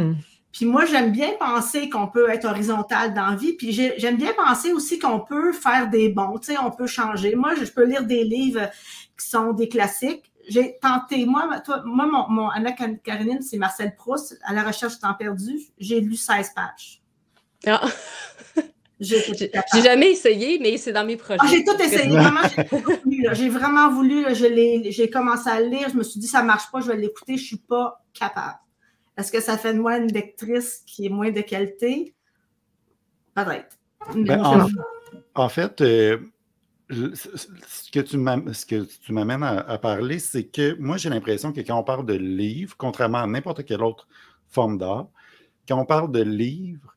Puis moi, j'aime bien penser qu'on peut être horizontal dans la vie, puis j'aime bien penser aussi qu'on peut faire des bons, tu sais, on peut changer. Moi, je peux lire des livres qui sont des classiques. J'ai tenté, moi, toi, moi mon, mon Anna Karenine, c'est Marcel Proust, À la recherche du temps perdu. J'ai lu seize pages. Ah. J'ai jamais essayé, mais c'est dans mes projets. Ah, j'ai tout essayé, vraiment, j'ai tout voulu. J'ai vraiment voulu, là, j'ai commencé à le lire, je me suis dit, ça marche pas, je vais l'écouter, je suis pas capable. Est-ce que ça fait de moi une lectrice qui est moins de qualité? Peut-être. Ben, en, en fait, euh, ce que tu m'amènes à, à parler, c'est que moi, j'ai l'impression que quand on parle de livres, contrairement à n'importe quelle autre forme d'art, quand on parle de livres,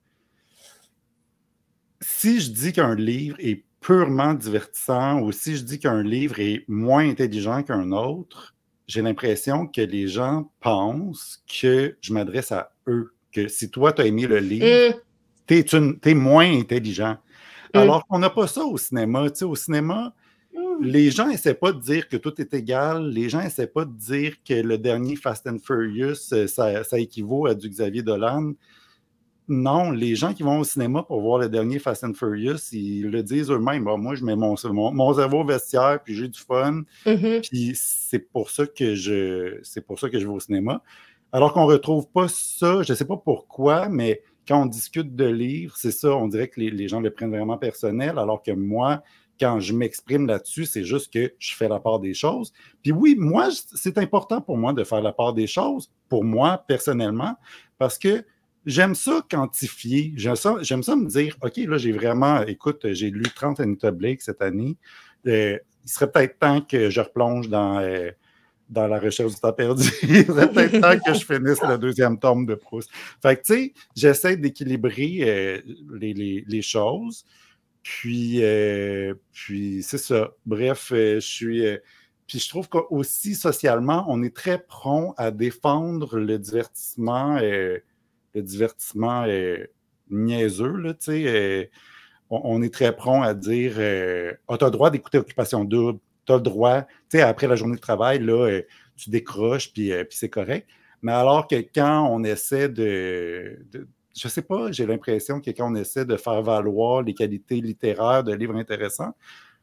si je dis qu'un livre est purement divertissant ou si je dis qu'un livre est moins intelligent qu'un autre, j'ai l'impression que les gens pensent que je m'adresse à eux, que si toi, tu as aimé le livre, mm. t'es, une, t'es moins intelligent. Mm. Alors qu'on n'a pas ça au cinéma. Tu sais, au cinéma, mm. les gens n'essaient pas de dire que tout est égal. Les gens n'essaient pas de dire que le dernier Fast and Furious, ça, ça équivaut à du Xavier Dolan. Non, les gens qui vont au cinéma pour voir le dernier Fast and Furious, ils le disent eux-mêmes. Bon, moi, je mets mon, mon, mon cerveau au vestiaire, puis j'ai du fun. Mm-hmm. Puis c'est pour ça que je c'est pour ça que je vais au cinéma. Alors qu'on ne retrouve pas ça, je ne sais pas pourquoi, mais quand on discute de livres, c'est ça, on dirait que les, les gens le prennent vraiment personnel, alors que moi, quand je m'exprime là-dessus, c'est juste que je fais la part des choses. Puis oui, moi, c'est important pour moi de faire la part des choses, pour moi, personnellement, parce que j'aime ça quantifier. J'aime ça, j'aime ça me dire, OK, là, j'ai vraiment, écoute, j'ai lu trente Anita Blake cette année. Euh, il serait peut-être temps que je replonge dans, euh, dans La recherche du temps perdu. Il serait peut-être temps que je finisse le deuxième tome de Proust. Fait que, tu sais, j'essaie d'équilibrer euh, les, les, les choses. Puis, euh, puis c'est ça. Bref, euh, je suis... Euh, puis je trouve qu'aussi, socialement, on est très prompt à défendre le divertissement... Euh, le divertissement euh, niaiseux, là, tu sais, euh, on, on est très prompt à dire euh, « Ah, tu as le droit d'écouter Occupation Double, tu as le droit, tu sais, après la journée de travail, là, euh, tu décroches, puis, euh, puis c'est correct. » Mais alors que quand on essaie de, de je sais pas, j'ai l'impression que quand on essaie de faire valoir les qualités littéraires de livres intéressants,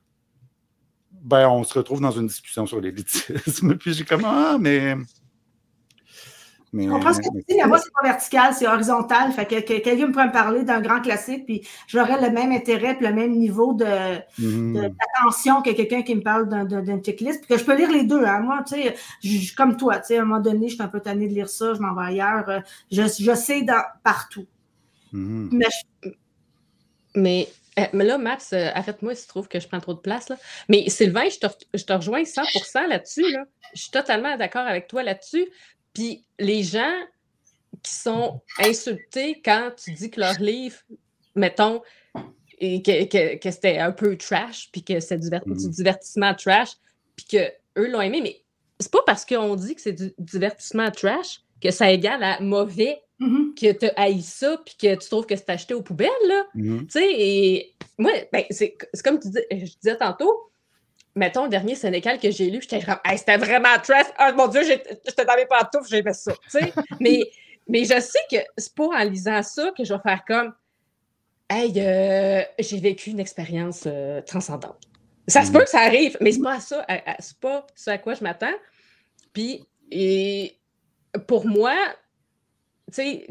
ben, on se retrouve dans une discussion sur l'élitisme. Puis j'ai comme « Ah, mais... » Mais, je comprends ce que tu dis, mais moi, c'est pas vertical, c'est horizontal. Fait que, que quelqu'un pourrait me parler d'un grand classique, puis j'aurais le même intérêt puis le même niveau de, mm. de, d'attention que quelqu'un qui me parle d'un, d'un checklist. Puis que je peux lire les deux. Hein. Moi, tu sais, je, comme toi, tu sais, à un moment donné, je suis un peu tannée de lire ça, je m'en vais ailleurs. Je, je sais dans, partout. Mm. Mais, je... mais, mais là, Max, arrête-moi si tu trouves que je prends trop de place. Là. Mais Sylvain, je te, je te rejoins cent pour cent là-dessus. Là. Je suis totalement d'accord avec toi là-dessus. Puis les gens qui sont insultés quand tu dis que leur livre, mettons, et que, que, que c'était un peu trash, puis que c'est du, mm. du divertissement trash, puis qu'eux l'ont aimé, mais c'est pas parce qu'on dit que c'est du divertissement trash que ça égale à mauvais, mm-hmm. que tu haïs ça, puis que tu trouves que c'est acheté aux poubelles, là. Mm-hmm. Tu sais, et moi, ben, c'est, c'est comme tu dis, je disais tantôt, mettons, le dernier Sénécal que j'ai lu, j'étais vraiment, hey, c'était vraiment trash. Oh mon Dieu, j'étais dans mes pantoufles, j'aimais ça. mais, mais je sais que c'est pas en lisant ça que je vais faire comme, hey, euh, j'ai vécu une expérience euh, transcendante. Ça se peut que ça arrive, mais c'est pas à ça, à, à, c'est pas ce à quoi je m'attends. Puis, et pour moi, tu sais,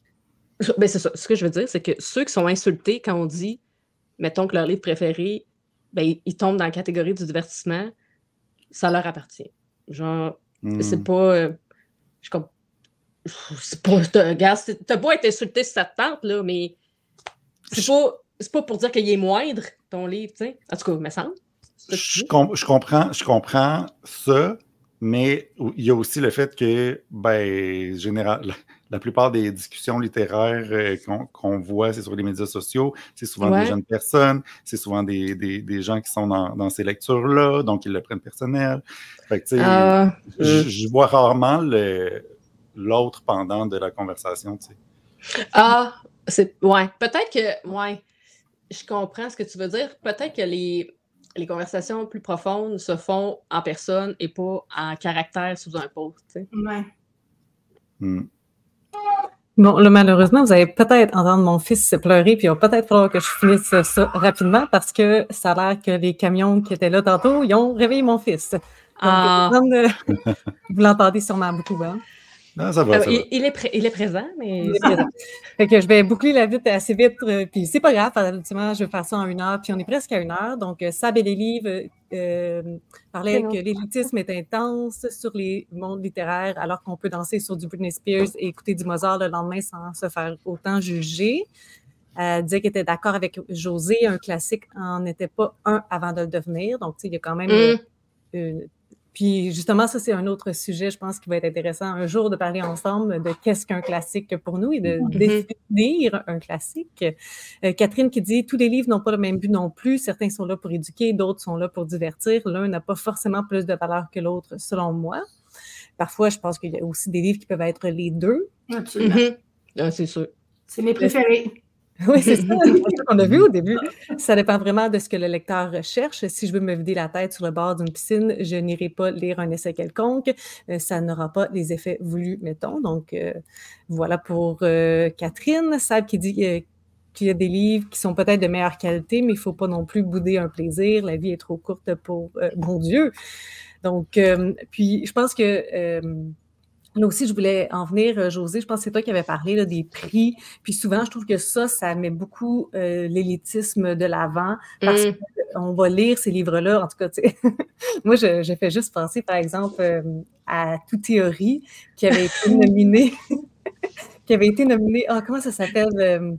ben c'est ça. Ce que je veux dire, c'est que ceux qui sont insultés quand on dit, mettons que leur livre préféré, ben, ils tombent dans la catégorie du divertissement, ça leur appartient. Genre, mm. c'est pas... Euh, je comme... C'est pas... T'as, regarde, t'as beau être insulté si ça te tente, là, mais c'est pas, c'est pas pour dire qu'il est moindre, ton livre, tu sais. En tout cas, il me semble. Je, com- je, comprends, je comprends ça, mais il y a aussi le fait que, ben, général... La plupart des discussions littéraires euh, qu'on, qu'on voit, c'est sur les médias sociaux. C'est souvent ouais. des jeunes personnes. C'est souvent des, des, des gens qui sont dans, dans ces lectures-là, donc ils le prennent personnel. Fait que, tu sais, euh, je, je vois rarement le, l'autre pendant de la conversation, tu sais. Ah, c'est... Ouais. Peut-être que... Ouais. Je comprends ce que tu veux dire. Peut-être que les, les conversations plus profondes se font en personne et pas en caractère sous un post, tu sais. Ouais. Mm. Bon, là, malheureusement, vous allez peut-être entendre mon fils pleurer, puis il va peut-être falloir que je finisse ça rapidement parce que ça a l'air que les camions qui étaient là tantôt, ils ont réveillé mon fils. Donc, Ah. vous l'entendez sûrement beaucoup, hein? Non, ça va, Alors, ça il, va. il est pré- il est présent, mais. Il est présent. Fait que je vais boucler la vite assez vite, euh, puis c'est pas grave, effectivement, je vais faire ça en une heure, puis on est presque à une heure. Donc, euh, Sab et les livres euh, parlaient que l'élitisme est intense sur les mondes littéraires, alors qu'on peut danser sur du Britney Spears et écouter du Mozart le lendemain sans se faire autant juger. Elle disait qu'elle était d'accord avec José, un classique en n'était pas un avant de le devenir. Donc, tu sais, il y a quand même Mm. une. Puis justement, ça, c'est un autre sujet, je pense, qui va être intéressant un jour de parler ensemble de qu'est-ce qu'un classique pour nous et de Mhm. définir un classique. Euh, Catherine qui dit « Tous les livres n'ont pas le même but non plus. Certains sont là pour éduquer, d'autres sont là pour divertir. L'un n'a pas forcément plus de valeur que l'autre, selon moi. » Parfois, je pense qu'il y a aussi des livres qui peuvent être les deux. Absolument. Mhm. Ah, c'est sûr. C'est mes préférés. Oui, c'est ça, c'est ça qu'on a vu au début. Ça dépend vraiment de ce que le lecteur recherche. Si je veux me vider la tête sur le bord d'une piscine, je n'irai pas lire un essai quelconque. Euh, ça n'aura pas les effets voulus, mettons. Donc, euh, voilà pour euh, Catherine. Sab qui dit euh, qu'il y a des livres qui sont peut-être de meilleure qualité, mais il ne faut pas non plus bouder un plaisir. La vie est trop courte pour... Euh, bon Dieu! Donc, euh, puis je pense que... Euh, Là aussi, je voulais en venir, José, je pense que c'est toi qui avais parlé là, des prix. Puis souvent, je trouve que ça, ça met beaucoup euh, l'élitisme de l'avant parce Mm. qu'on va lire ces livres-là. En tout cas, tu sais, moi, je, je fais juste penser, par exemple, euh, à Toute théorie qui avait été nominé, qui avait été nominé, ah, comment ça s'appelle, euh,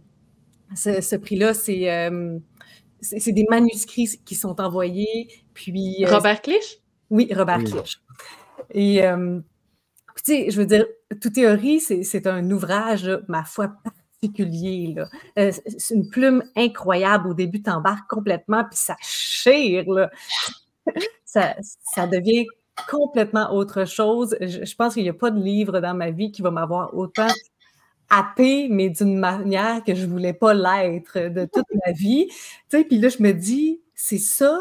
ce, ce prix-là? C'est, euh, c'est, c'est des manuscrits qui sont envoyés, puis... Euh, Robert Clich? Oui, Robert Oui. Clich. Et... Euh, tu sais, je veux dire, Toute théorie, c'est, c'est un ouvrage, là, ma foi, particulier. Là. Euh, c'est une plume incroyable. Au début, t'embarques complètement, puis ça chire. Là. ça, ça devient complètement autre chose. Je, je pense qu'il n'y a pas de livre dans ma vie qui va m'avoir autant happée, mais d'une manière que je ne voulais pas l'être de toute ma vie. Tu sais, puis là, je me dis, c'est ça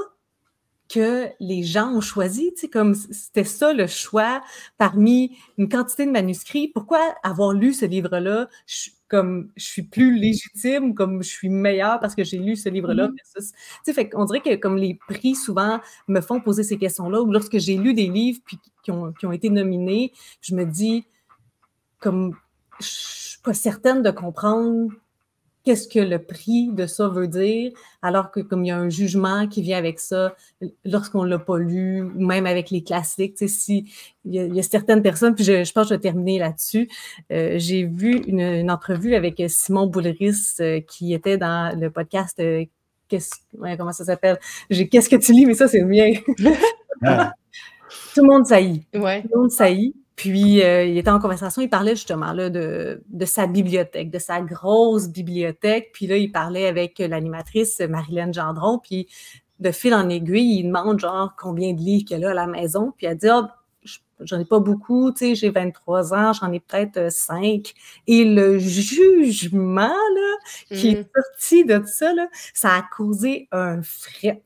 que les gens ont choisi, tu sais, comme c'était ça le choix parmi une quantité de manuscrits. Pourquoi avoir lu ce livre-là, je, comme je suis plus légitime, comme je suis meilleure parce que j'ai lu ce livre-là. Mm-hmm. versus, tu sais, fait qu'on dirait que comme les prix souvent me font poser ces questions-là, ou lorsque j'ai lu des livres puis qui ont, qui ont été nominés, je me dis comme je suis pas certaine de comprendre qu'est-ce que le prix de ça veut dire, alors que comme il y a un jugement qui vient avec ça, lorsqu'on ne l'a pas lu, ou même avec les classiques, tu sais, si, il y, a, il y a certaines personnes, puis je, je pense que je vais terminer là-dessus, euh, j'ai vu une, une entrevue avec Simon Boulris euh, qui était dans le podcast, euh, qu'est-ce, ouais, comment ça s'appelle? J'ai, qu'est-ce que tu lis? Mais ça, c'est le mien. Ah. Tout le monde saillit. Ouais. Tout le monde saillit. Puis, euh, il était en conversation, il parlait justement là, de, de sa bibliothèque, de sa grosse bibliothèque. Puis là, il parlait avec l'animatrice Marilyn Gendron. Puis, de fil en aiguille, il demande genre combien de livres qu'elle a à la maison. Puis, elle dit, ah, oh, j'en ai pas beaucoup, tu sais, j'ai vingt-trois ans, j'en ai peut-être cinq. Et le jugement là, qui Mm. est sorti de ça, là, ça a causé un fret.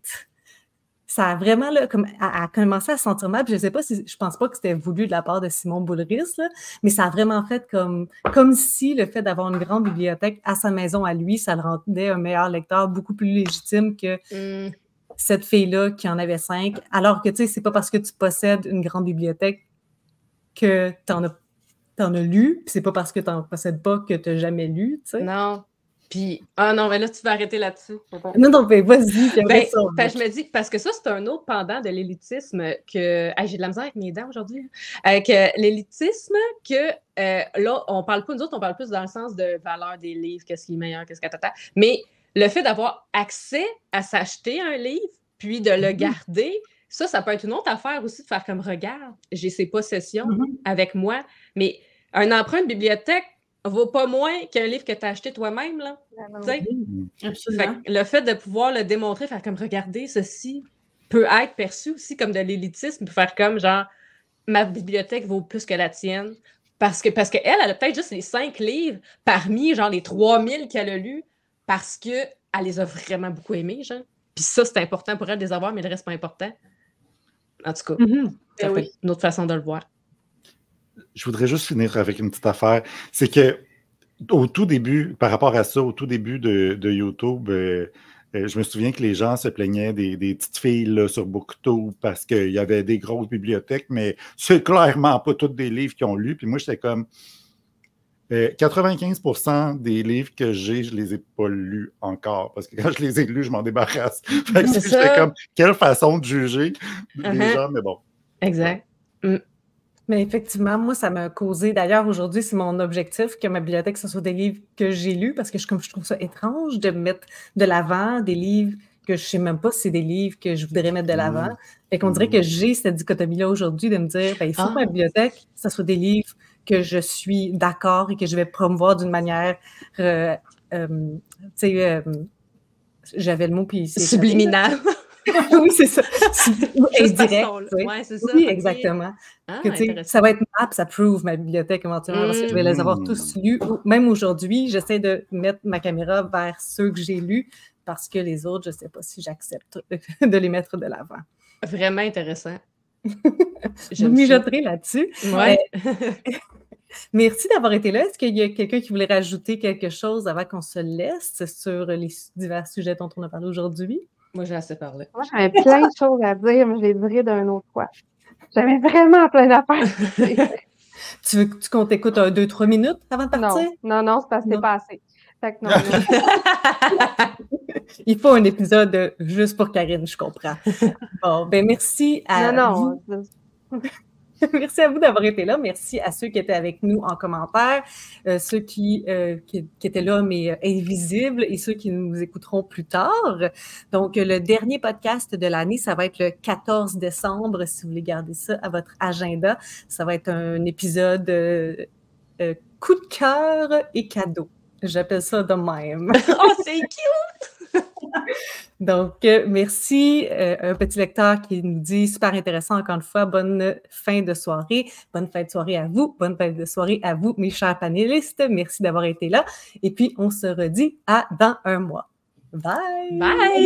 Ça a vraiment, là, comme, a, a commencé à se sentir mal. Puis je sais pas si, je pense pas que c'était voulu de la part de Simon Boulris, là, mais ça a vraiment fait comme, comme si le fait d'avoir une grande bibliothèque à sa maison à lui, ça le rendait un meilleur lecteur, beaucoup plus légitime que Mm. cette fille-là qui en avait cinq. Alors que, tu sais, c'est pas parce que tu possèdes une grande bibliothèque que t'en as, t'en as lu, puis c'est pas parce que t'en possèdes pas que t'as jamais lu, tu sais. Non. Puis, ah non, mais là, tu vas arrêter là-dessus. Non, non, mais vas-y. Ben, ça, ben, je me dis, parce que ça, c'est un autre pendant de l'élitisme que. Ah, j'ai de la misère avec mes dents aujourd'hui. Avec euh, l'élitisme que euh, là, on parle pas, nous autres, on parle plus dans le sens de valeur des livres, qu'est-ce qui est meilleur, qu'est-ce qu'il y a, tata. Mais le fait d'avoir accès à s'acheter un livre, puis de le garder, ça, ça peut être une autre affaire aussi de faire comme regarde, j'ai ces possessions Mm-hmm. avec moi. Mais un emprunt de bibliothèque vaut pas moins qu'un livre que tu as acheté toi-même, là. T'sais? Absolument. Fait que le fait de pouvoir le démontrer, faire comme regarder, ceci peut être perçu aussi comme de l'élitisme, puis faire comme genre ma bibliothèque vaut plus que la tienne. Parce que parce qu'elle, elle a peut-être juste les cinq livres parmi genre les trois mille qu'elle a lus parce qu'elle les a vraiment beaucoup aimés, genre. Puis ça, c'est important pour elle de les avoir, mais le reste, pas important. En tout cas, Mm-hmm. ça Ben peut oui. être une autre façon de le voir. Je voudrais juste finir avec une petite affaire. C'est que au tout début, par rapport à ça, au tout début de, de YouTube, euh, euh, je me souviens que les gens se plaignaient des, des petites filles là, sur BookTube parce qu'il y avait des grosses bibliothèques, mais c'est clairement pas tous des livres qu'ils ont lus. Puis moi, j'étais comme euh, quatre-vingt-quinze pour cent des livres que j'ai, je les ai pas lus encore. Parce que quand je les ai lus, je m'en débarrasse. Fait que C'est j'étais ça. comme, quelle façon de juger les Uh-huh. gens, mais bon. Exact. Mais effectivement, moi, ça m'a causé. D'ailleurs, aujourd'hui, c'est mon objectif que ma bibliothèque, ce soit des livres que j'ai lus, parce que je, comme je trouve ça étrange de mettre de l'avant des livres que je ne sais même pas si c'est des livres que je voudrais mettre de l'avant. Mmh. Fait qu'on dirait Mmh. que j'ai cette dichotomie-là aujourd'hui de me dire, ben, il faut Ah. que ma bibliothèque, ça soit des livres que je suis d'accord et que je vais promouvoir d'une manière, euh, euh, tu sais, euh, j'avais le mot, puis c'est Subliminal. oui, c'est ça. Juste Indirect, façon-là. tu sais. Ouais, c'est ça. Oui, ok. exactement. Ah, Que, tu sais, intéressant. ça va être Maps Approve, ma bibliothèque éventuellement, parce que je vais les avoir Mm. tous lus. Ou- Même aujourd'hui, j'essaie de mettre ma caméra vers ceux que j'ai lus parce que les autres, je ne sais pas si j'accepte de les mettre de l'avant. Vraiment intéressant. Je J'aime ça. mijoterai là-dessus. Ouais. Merci d'avoir été là. Est-ce qu'il y a quelqu'un qui voulait rajouter quelque chose avant qu'on se laisse sur les divers sujets dont on a parlé aujourd'hui? Moi, j'ai assez parlé. Moi, j'avais plein de choses à dire, mais je les dirai d'une autre fois. J'avais vraiment plein d'affaires. Tu veux tu qu'on t'écoute un, deux, trois minutes avant de partir? Non, non, non, c'est parce que Non. c'est pas assez. Fait que non, non. Il faut un épisode euh, juste pour Karine, je comprends. Bon, ben merci à Non, vous. non. Merci à vous d'avoir été là. Merci à ceux qui étaient avec nous en commentaire, euh, ceux qui, euh, qui, qui étaient là mais euh, invisibles et ceux qui nous écouteront plus tard. Donc, euh, le dernier podcast de l'année, ça va être le quatorze décembre, si vous voulez garder ça à votre agenda. Ça va être un épisode euh, euh, coup de cœur et cadeau. J'appelle ça de même. Oh, c'est cute! Donc, euh, merci. Euh, un petit lecteur qui nous dit super intéressant encore une fois. Bonne fin de soirée. Bonne fin de soirée à vous. Bonne fin de soirée à vous, mes chers panélistes. Merci d'avoir été là. Et puis, on se redit à dans un mois. Bye! Bye!